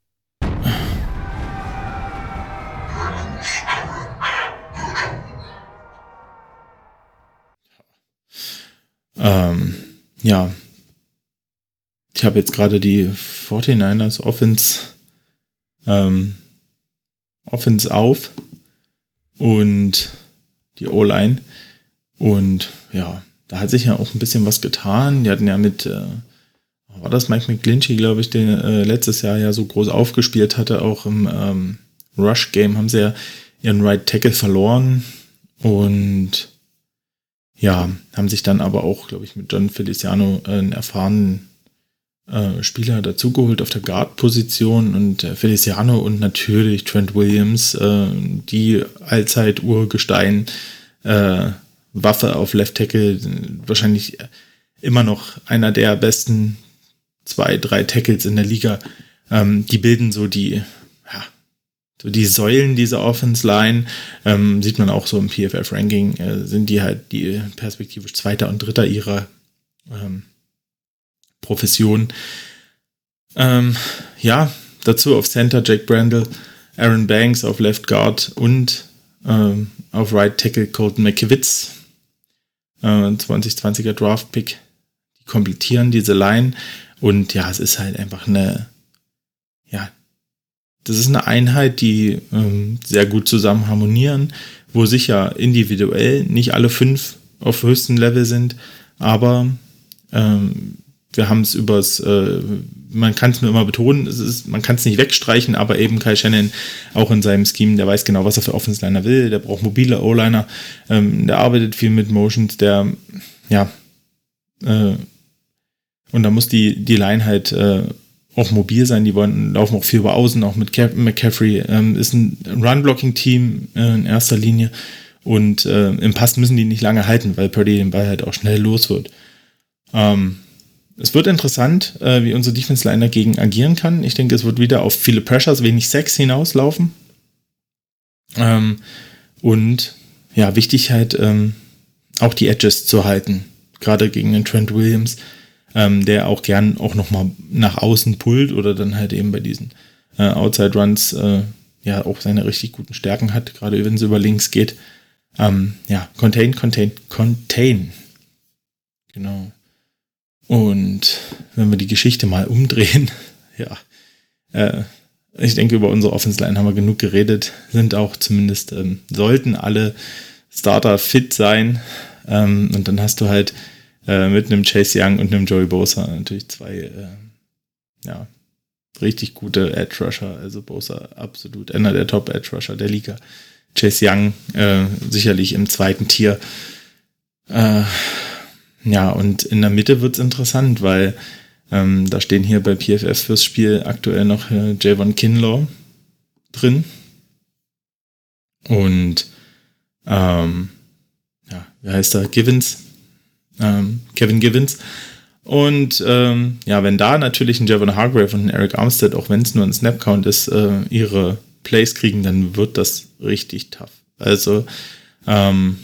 [SPEAKER 3] Ähm, ja. Ich habe jetzt gerade die forty-niners Offense ähm, Offense auf und die O-Line. Und ja, da hat sich ja auch ein bisschen was getan. Die hatten ja mit, äh, war das Mike McGlinchey, glaube ich, der äh, letztes Jahr ja so groß aufgespielt hatte, auch im ähm, Rush-Game haben sie ja ihren Right Tackle verloren und ja, haben sich dann aber auch, glaube ich, mit John Feliciano äh, einen erfahrenen äh, Spieler dazugeholt auf der Guard-Position und äh, Feliciano und natürlich Trent Williams, äh, die Allzeit-Urgestein äh, Waffe auf Left Tackle, wahrscheinlich immer noch einer der besten zwei, drei Tackles in der Liga. Ähm, die bilden so die, ja, so die Säulen dieser Offense Line. Ähm, sieht man auch so im P F F-Ranking, äh, sind die halt die perspektivisch Zweiter und Dritter ihrer ähm, Profession. Ähm, ja, dazu auf Center Jack Brandel, Aaron Banks auf Left Guard und ähm, auf Right Tackle Colton McKivitz, äh, zwanzig zwanziger Draft Pick. Die komplettieren diese Line und ja, es ist halt einfach eine, ja, das ist eine Einheit, die ähm, sehr gut zusammen harmonieren, wo sicher individuell nicht alle fünf auf höchstem Level sind, aber ähm, wir haben es übers, äh, man kann es nur immer betonen, es ist, man kann es nicht wegstreichen, aber eben Kyle Shanahan auch in seinem Scheme, der weiß genau, was er für Offense-Liner will, der braucht mobile O-Liner, ähm, der arbeitet viel mit Motions, der, ja, äh, und da muss die, die Line halt äh, auch mobil sein, die wollen, laufen auch viel über Außen, auch mit Cap- McCaffrey, ähm, ist ein Run-Blocking-Team äh, in erster Linie und äh, im Pass müssen die nicht lange halten, weil Purdy den Ball halt auch schnell los wird. Ähm, es wird interessant, äh, wie unsere Defense-Line dagegen agieren kann. Ich denke, es wird wieder auf viele Pressures, wenig Sacks hinauslaufen. Ähm, und ja, wichtig halt ähm, auch die Edges zu halten, gerade gegen den Trent Williams, ähm, der auch gern auch nochmal nach außen pullt oder dann halt eben bei diesen äh, Outside-Runs äh, ja auch seine richtig guten Stärken hat, gerade wenn es über links geht. Ähm, ja, contain, contain, contain. Genau. Und wenn wir die Geschichte mal umdrehen, ja, äh, ich denke, über unsere Offense-Line haben wir genug geredet, sind auch zumindest, ähm, sollten alle Starter fit sein. Ähm, und dann hast du halt äh, mit einem Chase Young und einem Joey Bosa natürlich zwei, äh, ja, richtig gute Edge-Rusher. Also Bosa absolut einer der Top-Edge-Rusher der Liga. Chase Young äh, sicherlich im zweiten Tier. Äh, ja, und in der Mitte wird es interessant, weil ähm, da stehen hier bei P F F fürs Spiel aktuell noch äh, Javon Kinlaw drin. Und ähm, ja, wie heißt er? Givens. Ähm, Kevin Givens. Und ähm, ja, wenn da natürlich ein Javon Hargrave und ein Eric Armstead, auch wenn es nur ein Snap-Count ist, äh, ihre Plays kriegen, dann wird das richtig tough. Also ähm,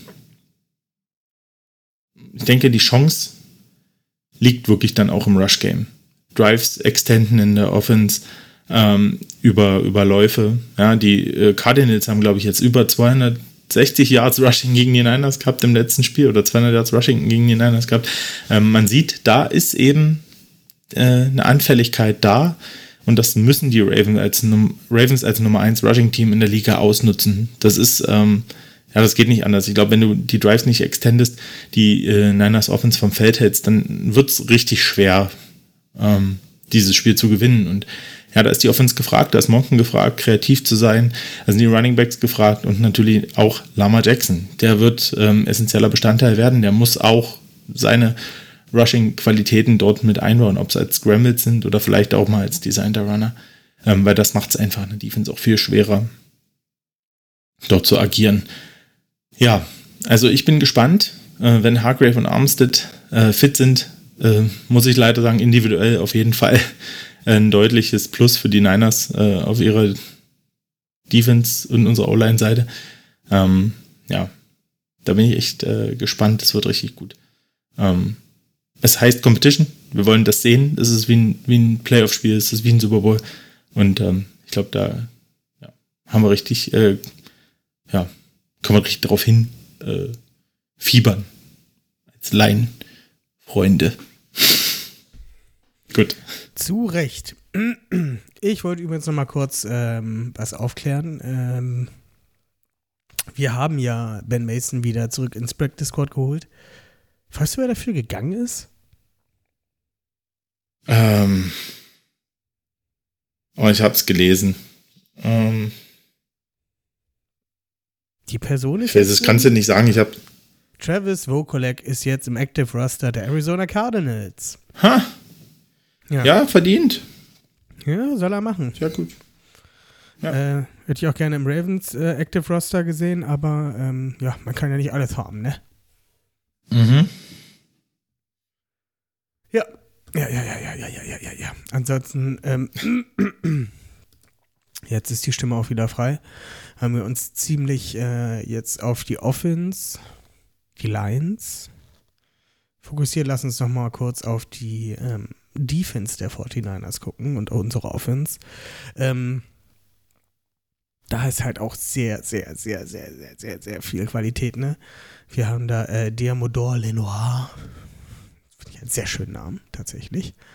[SPEAKER 3] ich denke, die Chance liegt wirklich dann auch im Rush-Game. Drives extenden in der Offense, ähm, über, über Läufe. Ja, die äh, Cardinals haben, glaube ich, jetzt über zweihundertsechzig Yards Rushing gegen die Niners gehabt im letzten Spiel oder zweihundert Yards Rushing gegen die Niners gehabt. Ähm, man sieht, da ist eben äh, eine Anfälligkeit da und das müssen die Ravens als, Num- Ravens als Nummer eins Rushing-Team in der Liga ausnutzen. Das ist, ähm, ja, das geht nicht anders. Ich glaube, wenn du die Drives nicht extendest, die äh, Niners Offense vom Feld hältst, dann wird es richtig schwer, ähm, dieses Spiel zu gewinnen. Und ja, da ist die Offense gefragt, da ist Monken gefragt, kreativ zu sein, da sind die Running Backs gefragt und natürlich auch Lamar Jackson. Der wird ähm, essentieller Bestandteil werden, der muss auch seine Rushing-Qualitäten dort mit einbauen, ob es als Scrambles sind oder vielleicht auch mal als Designter Runner, ähm, weil das macht es einfach in der Defense auch viel schwerer, dort zu agieren. Ja, also ich bin gespannt, äh, wenn Hargrave und Armstead äh, fit sind, äh, muss ich leider sagen, individuell auf jeden Fall ein deutliches Plus für die Niners äh, auf ihrer Defense und unserer O-Line-Seite. Ähm, ja, da bin ich echt äh, gespannt, das wird richtig gut. Ähm, es heißt Competition, wir wollen das sehen, es ist wie ein, wie ein Playoff-Spiel, es ist wie ein Super Bowl und ähm, ich glaube, da ja, haben wir richtig, äh, ja, können wir richtig darauf hin äh, fiebern. Als Laien-Freunde. Gut.
[SPEAKER 2] Zu Recht. Ich wollte übrigens noch mal kurz ähm, was aufklären. Ähm, wir haben ja Ben Mason wieder zurück ins Practice Squad geholt. Weißt du, wer dafür gegangen ist?
[SPEAKER 3] Ähm. Oh, ich hab's gelesen. Ähm.
[SPEAKER 2] Die Person ist.
[SPEAKER 3] Ich weiß, das kannst du nicht sagen. Ich hab.
[SPEAKER 2] Travis Vokolek ist jetzt im Active Roster der Arizona Cardinals.
[SPEAKER 3] Ha!
[SPEAKER 2] Ja,
[SPEAKER 3] Ja, verdient.
[SPEAKER 2] ja soll er machen.
[SPEAKER 3] Ja, gut. Ja.
[SPEAKER 2] Äh, hätte ich auch gerne im Ravens äh, Active Roster gesehen, aber ähm, ja, man kann ja nicht alles haben, ne?
[SPEAKER 3] Mhm.
[SPEAKER 2] Ja. Ja, ja, ja, ja, ja, ja, ja, ja, ja. Ansonsten, ähm, jetzt ist die Stimme auch wieder frei. Haben wir uns ziemlich äh, jetzt auf die Offense, die Lions fokussiert. Lass uns noch mal kurz auf die ähm, Defense der forty-niners gucken und unsere Offense. Ähm, da ist halt auch sehr, sehr, sehr, sehr, sehr, sehr, sehr viel Qualität, ne? Wir haben da äh, Diamodor Lenoir. Finde ich einen sehr schönen Namen, tatsächlich.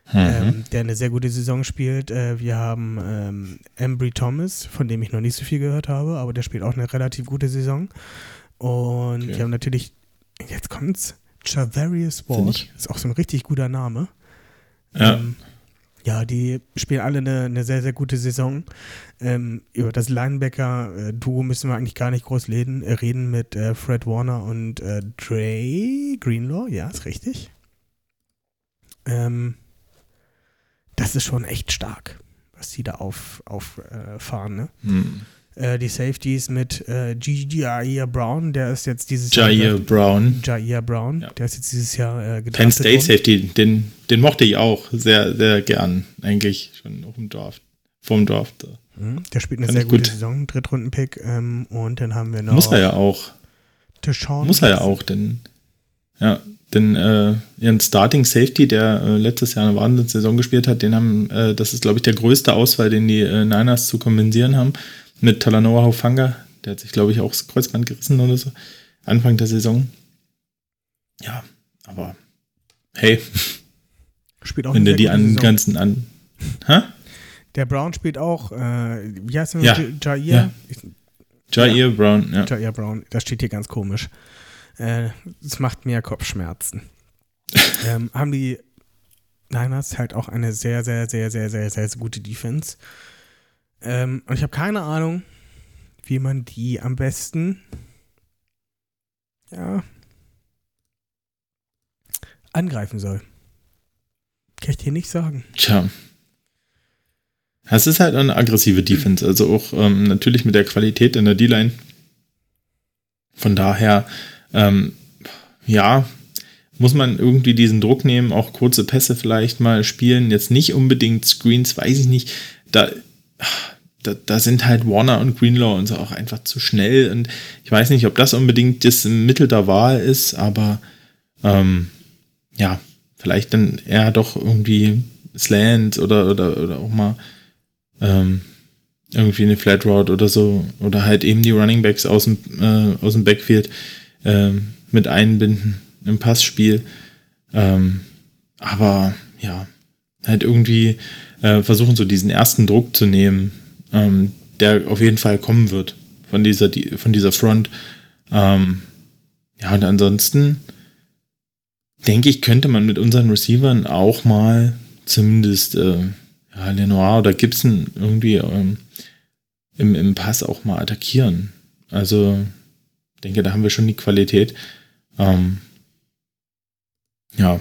[SPEAKER 2] mhm. ähm, der eine sehr gute Saison spielt. Äh, wir haben ähm, Embry Thomas, von dem ich noch nicht so viel gehört habe, aber der spielt auch eine relativ gute Saison. Und okay. wir haben natürlich, jetzt kommt's, Javarius Ward, ist auch so ein richtig guter Name.
[SPEAKER 3] Ja.
[SPEAKER 2] Ähm, ja, die spielen alle eine, eine sehr, sehr gute Saison. Ähm, über das Linebacker-Duo müssen wir eigentlich gar nicht groß reden, äh, reden mit äh, Fred Warner und äh, Dre Greenlaw. Ja, ist richtig. Ähm, das ist schon echt stark, was die da auffahren. Auf, äh, fahren, ne?
[SPEAKER 3] Hm.
[SPEAKER 2] Äh, die Safeties mit äh, Jair Brown, der ist jetzt dieses
[SPEAKER 3] Jair
[SPEAKER 2] Jahr...
[SPEAKER 3] Brown.
[SPEAKER 2] Jair Brown, ja. Der ist jetzt dieses Jahr äh, gedraftet
[SPEAKER 3] Penn State
[SPEAKER 2] worden.
[SPEAKER 3] Safety, den, den mochte ich auch sehr, sehr gern, eigentlich schon auf dem Draft, vom Draft.
[SPEAKER 2] Mhm, der spielt eine
[SPEAKER 3] Fand
[SPEAKER 2] sehr gute
[SPEAKER 3] gut.
[SPEAKER 2] Saison, Drittrunden-Pick. Ähm, und dann haben wir noch...
[SPEAKER 3] Muss er ja auch.
[SPEAKER 2] Deshaun
[SPEAKER 3] Muss er ja auch, denn... Ja, denn äh, ihren Starting Safety, der äh, letztes Jahr eine Wahnsinnssaison gespielt hat, den haben, äh, das ist, glaube ich, der größte Ausfall, den die äh, Niners zu kompensieren haben. Mit Talanoa Hufanga, der hat sich, glaube ich, auch das Kreuzband gerissen oder so, Anfang der Saison. Ja, aber hey,
[SPEAKER 2] spielt auch
[SPEAKER 3] wenn
[SPEAKER 2] eine
[SPEAKER 3] du die
[SPEAKER 2] sehr
[SPEAKER 3] an
[SPEAKER 2] gute
[SPEAKER 3] ganzen an... Hä?
[SPEAKER 2] Der Brown spielt auch, äh, wie heißt der?
[SPEAKER 3] Ja,
[SPEAKER 2] Jair?
[SPEAKER 3] ja. Jair
[SPEAKER 2] Ja.
[SPEAKER 3] Brown, ja.
[SPEAKER 2] Jair Brown, das steht hier ganz komisch. Äh, das macht mir Kopfschmerzen. ähm, haben die Niners halt auch eine sehr, sehr, sehr, sehr, sehr, sehr, sehr gute Defense. Ähm, und ich habe keine Ahnung, wie man die am besten ja angreifen soll. Kann ich dir nicht sagen.
[SPEAKER 3] Tja. Es ist halt eine aggressive Defense, also auch ähm, natürlich mit der Qualität in der D-Line. Von daher, ähm, ja, muss man irgendwie diesen Druck nehmen, auch kurze Pässe vielleicht mal spielen, jetzt nicht unbedingt Screens, weiß ich nicht, da, da, da sind halt Warner und Greenlaw und so auch einfach zu schnell und ich weiß nicht, ob das unbedingt das Mittel der Wahl ist, aber ähm, ja, vielleicht dann eher doch irgendwie Slant oder, oder, oder auch mal ähm, irgendwie eine Flat Route oder so oder halt eben die Running Backs aus dem, äh, aus dem Backfield ähm, mit einbinden im Passspiel. Ähm, aber ja, halt irgendwie äh, versuchen so diesen ersten Druck zu nehmen, ähm, der auf jeden Fall kommen wird von dieser, die, von dieser Front. Ähm, ja, und ansonsten denke ich, könnte man mit unseren Receivern auch mal zumindest äh, ja, Lenoir oder Gibson irgendwie ähm, im, im Pass auch mal attackieren. Also ich denke, da haben wir schon die Qualität. Ähm, ja.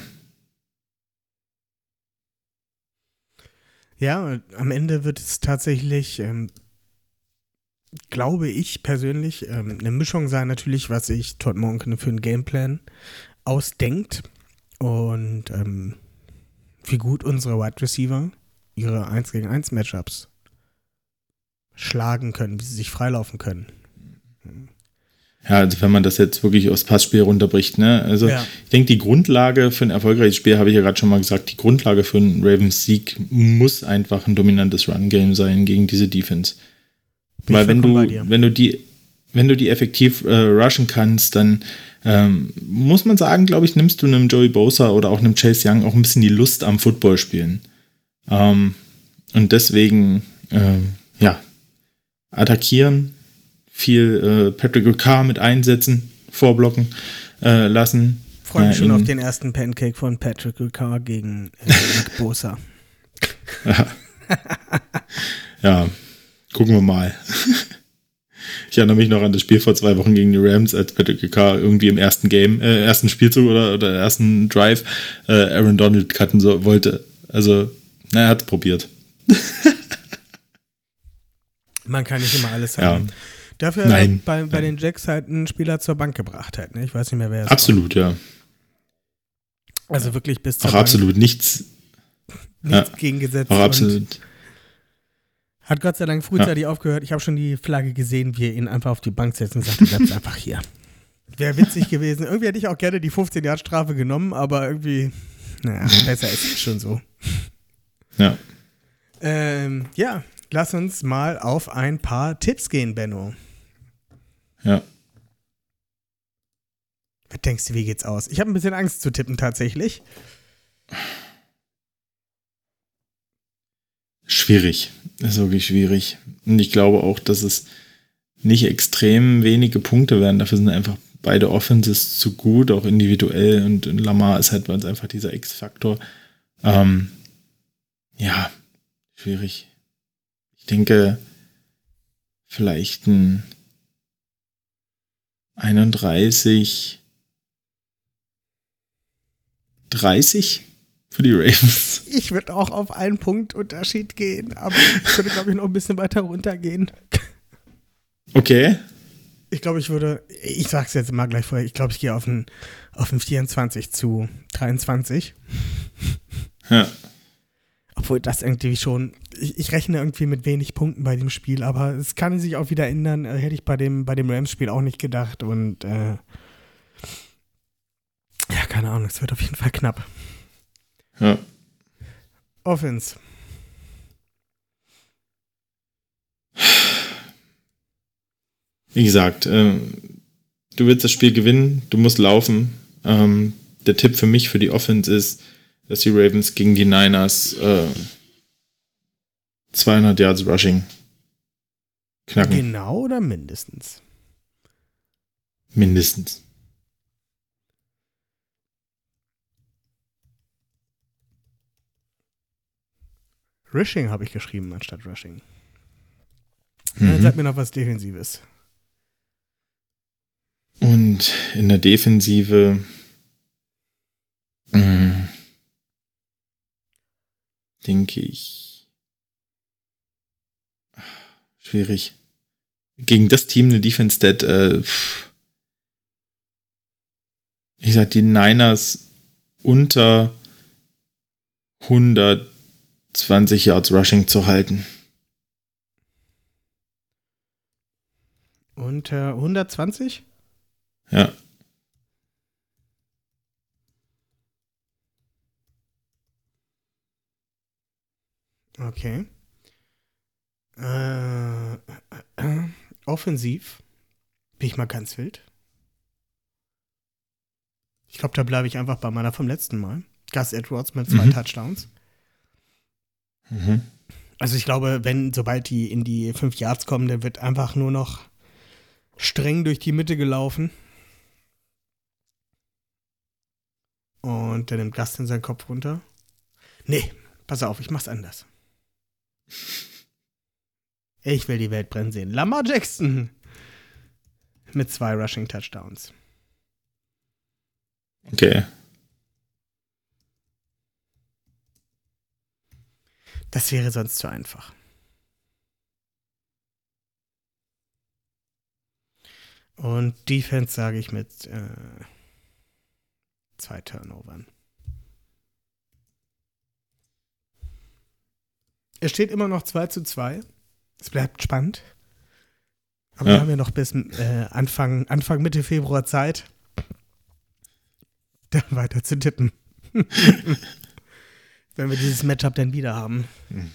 [SPEAKER 2] Ja, am Ende wird es tatsächlich, ähm, glaube ich persönlich, ähm, eine Mischung sein natürlich, was sich Todd Monken für einen Gameplan ausdenkt und ähm, wie gut unsere Wide Receiver ihre eins gegen eins Matchups schlagen können, wie sie sich freilaufen können.
[SPEAKER 3] Ja, also wenn man das jetzt wirklich aufs Passspiel runterbricht, ne? Also
[SPEAKER 2] ja.
[SPEAKER 3] Ich denke, die Grundlage für ein erfolgreiches Spiel, habe ich ja gerade schon mal gesagt, die Grundlage für einen Ravens-Sieg muss einfach ein dominantes Run-Game sein gegen diese Defense. Bin Weil wenn du, wenn du die, wenn du die effektiv äh, rushen kannst, dann ähm, muss man sagen, glaube ich, nimmst du einem Joey Bosa oder auch einem Chase Young auch ein bisschen die Lust am Football spielen. Ähm, und deswegen, äh, ja, attackieren, viel äh, Patrick Ricard mit einsetzen, vorblocken äh, lassen.
[SPEAKER 2] Freue mich
[SPEAKER 3] äh,
[SPEAKER 2] schon auf den ersten Pancake von Patrick Ricard gegen äh, Nick Bosa.
[SPEAKER 3] ja. ja, gucken wir mal. Ich erinnere mich noch an das Spiel vor zwei Wochen gegen die Rams, als Patrick Ricard irgendwie im ersten Game, äh, ersten Spielzug oder, oder ersten Drive äh, Aaron Donald cutten so, wollte. Also, na, er hat es probiert.
[SPEAKER 2] Man kann nicht immer alles haben.
[SPEAKER 3] Ja.
[SPEAKER 2] Dafür
[SPEAKER 3] Nein.
[SPEAKER 2] bei, bei den Jacks halt einen Spieler zur Bank gebracht hat. Ne? Ich weiß nicht mehr, wer es
[SPEAKER 3] Absolut,
[SPEAKER 2] war.
[SPEAKER 3] ja.
[SPEAKER 2] Also wirklich bis zur
[SPEAKER 3] Auch
[SPEAKER 2] Bank.
[SPEAKER 3] absolut nichts.
[SPEAKER 2] Nichts
[SPEAKER 3] Ja.
[SPEAKER 2] gegengesetzt.
[SPEAKER 3] Auch absolut.
[SPEAKER 2] Hat Gott sei Dank frühzeitig ja. aufgehört. Ich habe schon die Flagge gesehen, wie er ihn einfach auf die Bank setzt und sagt, du bleibst einfach hier. Wäre witzig gewesen. Irgendwie hätte ich auch gerne die fünfzehn-Yard-Strafe genommen, aber irgendwie, naja, besser ist es schon so.
[SPEAKER 3] Ja.
[SPEAKER 2] Ähm, ja, lass uns mal auf ein paar Tipps gehen, Benno.
[SPEAKER 3] Ja.
[SPEAKER 2] Was denkst du, wie geht's aus? Ich habe ein bisschen Angst zu tippen tatsächlich.
[SPEAKER 3] Schwierig. Das ist wirklich schwierig. Und ich glaube auch, dass es nicht extrem wenige Punkte werden. Dafür sind einfach beide Offenses zu gut, auch individuell. Und Lamar ist halt bei uns einfach dieser X-Faktor. Ähm, ja, schwierig. Ich denke, vielleicht ein einunddreißig, dreißig für die Ravens.
[SPEAKER 2] Ich würde auch auf einen Punkt Unterschied gehen, aber ich würde, glaube ich, noch ein bisschen weiter runtergehen.
[SPEAKER 3] Okay.
[SPEAKER 2] Ich glaube, ich würde, ich sag's jetzt mal gleich vorher, ich glaube, ich gehe auf ein, auf ein vierundzwanzig zu dreiundzwanzig.
[SPEAKER 3] Ja.
[SPEAKER 2] Obwohl das irgendwie schon, ich, ich rechne irgendwie mit wenig Punkten bei dem Spiel, aber es kann sich auch wieder ändern, äh, hätte ich bei dem, bei dem Rams-Spiel auch nicht gedacht und äh, ja, keine Ahnung, es wird auf jeden Fall knapp.
[SPEAKER 3] Ja.
[SPEAKER 2] Offense.
[SPEAKER 3] Wie gesagt, äh, du willst das Spiel gewinnen, du musst laufen. Ähm, der Tipp für mich für die Offense ist, dass die Ravens gegen die Niners äh, zweihundert Yards Rushing knacken.
[SPEAKER 2] Genau oder mindestens?
[SPEAKER 3] Mindestens.
[SPEAKER 2] Rushing habe ich geschrieben anstatt Rushing.
[SPEAKER 3] Mhm.
[SPEAKER 2] Dann sag mir noch was Defensives.
[SPEAKER 3] Und in der Defensive mh, denke ich schwierig. Gegen das Team eine Defense-Stat äh, ich sag die Niners unter hundertzwanzig Yards Rushing zu halten.
[SPEAKER 2] Unter hundertzwanzig?
[SPEAKER 3] Ja.
[SPEAKER 2] Okay. Äh, äh, äh, offensiv bin ich mal ganz wild. Ich glaube, da bleibe ich einfach bei meiner vom letzten Mal. Gus Edwards mit zwei
[SPEAKER 3] Mhm.
[SPEAKER 2] Touchdowns.
[SPEAKER 3] Mhm.
[SPEAKER 2] Also ich glaube, wenn, sobald die in die fünf Yards kommen, dann wird einfach nur noch streng durch die Mitte gelaufen. Und dann nimmt Gaston seinen Kopf runter. Nee, pass auf, ich mach's anders. Ich will die Welt brennen sehen. Lamar Jackson mit zwei Rushing Touchdowns.
[SPEAKER 3] Okay.
[SPEAKER 2] Das wäre sonst zu einfach. Und Defense sage ich mit äh, zwei Turnovern. Es steht immer noch zwei zu zwei. Es bleibt spannend. Aber
[SPEAKER 3] Ja.
[SPEAKER 2] wir haben ja noch bis äh, Anfang, Anfang, Mitte Februar Zeit, da weiter zu tippen. Wenn wir dieses Matchup dann wieder haben.
[SPEAKER 3] Mhm.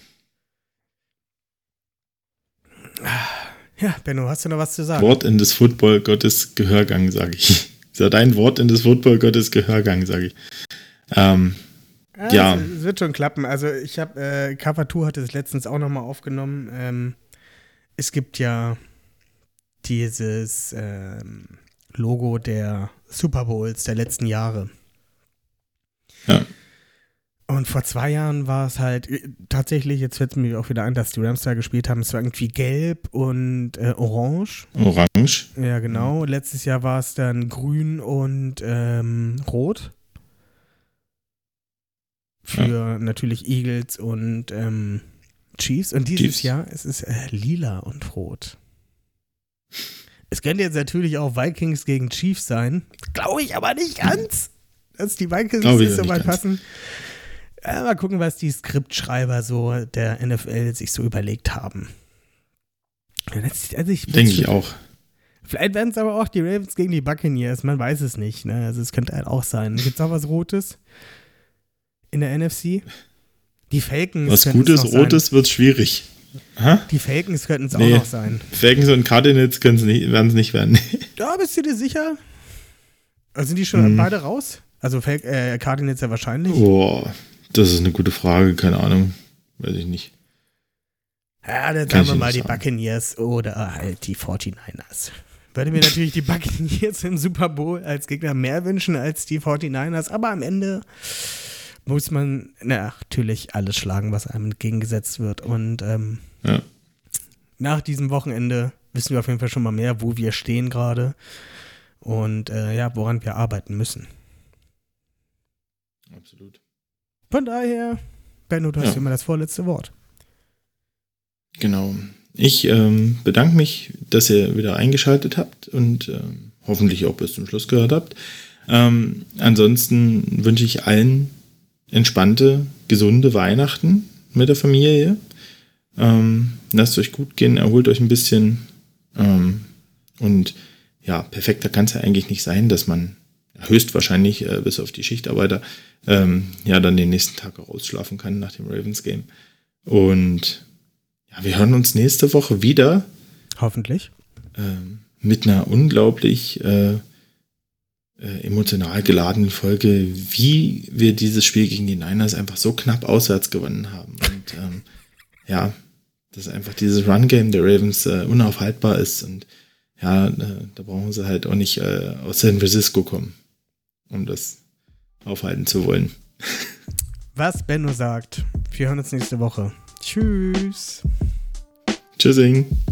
[SPEAKER 2] Ja, Benno, hast du noch was zu sagen?
[SPEAKER 3] Wort in des Football-Gottes Gehörgang, sage ich. Ist ja dein Wort in des Football-Gottes Gehörgang, sage ich. Ähm,
[SPEAKER 2] Ja,
[SPEAKER 3] ja.
[SPEAKER 2] Es, es wird schon klappen. Also ich habe, äh, Cover zwei hatte es letztens auch nochmal aufgenommen. Ähm, es gibt ja dieses ähm, Logo der Super Bowls der letzten Jahre.
[SPEAKER 3] Ja.
[SPEAKER 2] Und vor zwei Jahren war es halt äh, tatsächlich, jetzt fällt es mir auch wieder ein, dass die Rams da gespielt haben, es war irgendwie gelb und äh, orange.
[SPEAKER 3] Orange.
[SPEAKER 2] Ja, genau. Letztes Jahr war es dann grün und ähm, rot. Für natürlich Eagles und ähm, Chiefs. Und dieses
[SPEAKER 3] Chiefs.
[SPEAKER 2] Jahr es ist äh, lila und rot. Es könnte jetzt natürlich auch Vikings gegen Chiefs sein. Glaube ich aber nicht ganz, dass die Vikings
[SPEAKER 3] Glaube ich
[SPEAKER 2] nicht so
[SPEAKER 3] auch
[SPEAKER 2] weit
[SPEAKER 3] nicht ganz.
[SPEAKER 2] passen. Äh, mal gucken, was die Skriptschreiber so der N F L sich so überlegt haben. Also ich,
[SPEAKER 3] Denke ich auch.
[SPEAKER 2] Vielleicht werden es aber auch die Ravens gegen die Buccaneers. Man weiß es nicht. Ne? Also es könnte halt auch sein. Gibt es auch was Rotes in der N F C? Die Falcons.
[SPEAKER 3] Was
[SPEAKER 2] können's
[SPEAKER 3] Gutes,
[SPEAKER 2] noch sein.
[SPEAKER 3] Rotes wird schwierig. Ha?
[SPEAKER 2] Die Falcons könnten es
[SPEAKER 3] Nee.
[SPEAKER 2] auch noch sein.
[SPEAKER 3] Falcons und Cardinals werden es nicht, nicht werden.
[SPEAKER 2] Da bist du dir sicher? Also sind die schon
[SPEAKER 3] Mhm.
[SPEAKER 2] beide raus? Also Fal- äh, Cardinals ja wahrscheinlich.
[SPEAKER 3] Boah, das ist eine gute Frage. Keine Ahnung. Weiß ich nicht.
[SPEAKER 2] Ja, dann
[SPEAKER 3] Kann
[SPEAKER 2] sagen wir
[SPEAKER 3] ich
[SPEAKER 2] mal
[SPEAKER 3] nicht
[SPEAKER 2] die
[SPEAKER 3] sagen.
[SPEAKER 2] Buccaneers oder halt die forty-niners. Würde mir natürlich die Buccaneers im Super Bowl als Gegner mehr wünschen als die forty-niners, aber am Ende muss man natürlich alles schlagen, was einem entgegengesetzt wird. Und ähm,
[SPEAKER 3] Ja.
[SPEAKER 2] nach diesem Wochenende wissen wir auf jeden Fall schon mal mehr, wo wir stehen gerade und äh, ja, woran wir arbeiten müssen.
[SPEAKER 3] Absolut.
[SPEAKER 2] Von daher, Benno, du hast
[SPEAKER 3] Ja.
[SPEAKER 2] immer das vorletzte Wort.
[SPEAKER 3] Genau. Ich ähm, bedanke mich, dass ihr wieder eingeschaltet habt und ähm, hoffentlich auch bis zum Schluss gehört habt. Ähm, ansonsten wünsche ich allen entspannte, gesunde Weihnachten mit der Familie. Ähm, lasst euch gut gehen, erholt euch ein bisschen. Ähm, und ja, perfekter kann es ja eigentlich nicht sein, dass man höchstwahrscheinlich äh, bis auf die Schichtarbeiter ähm, ja dann den nächsten Tag auch ausschlafen kann nach dem Ravens-Game. Und ja, wir hören uns nächste Woche wieder.
[SPEAKER 2] Hoffentlich.
[SPEAKER 3] Ähm, mit einer unglaublich äh, äh, emotional geladenen Folge, wie wir dieses Spiel gegen die Niners einfach so knapp auswärts gewonnen haben. Und ähm, ja, dass einfach dieses Run-Game der Ravens äh, unaufhaltbar ist. Und ja, äh, da brauchen sie halt auch nicht äh, aus San Francisco kommen, um das aufhalten zu wollen.
[SPEAKER 2] Was Benno sagt. Wir hören uns nächste Woche. Tschüss.
[SPEAKER 3] Tschüssing.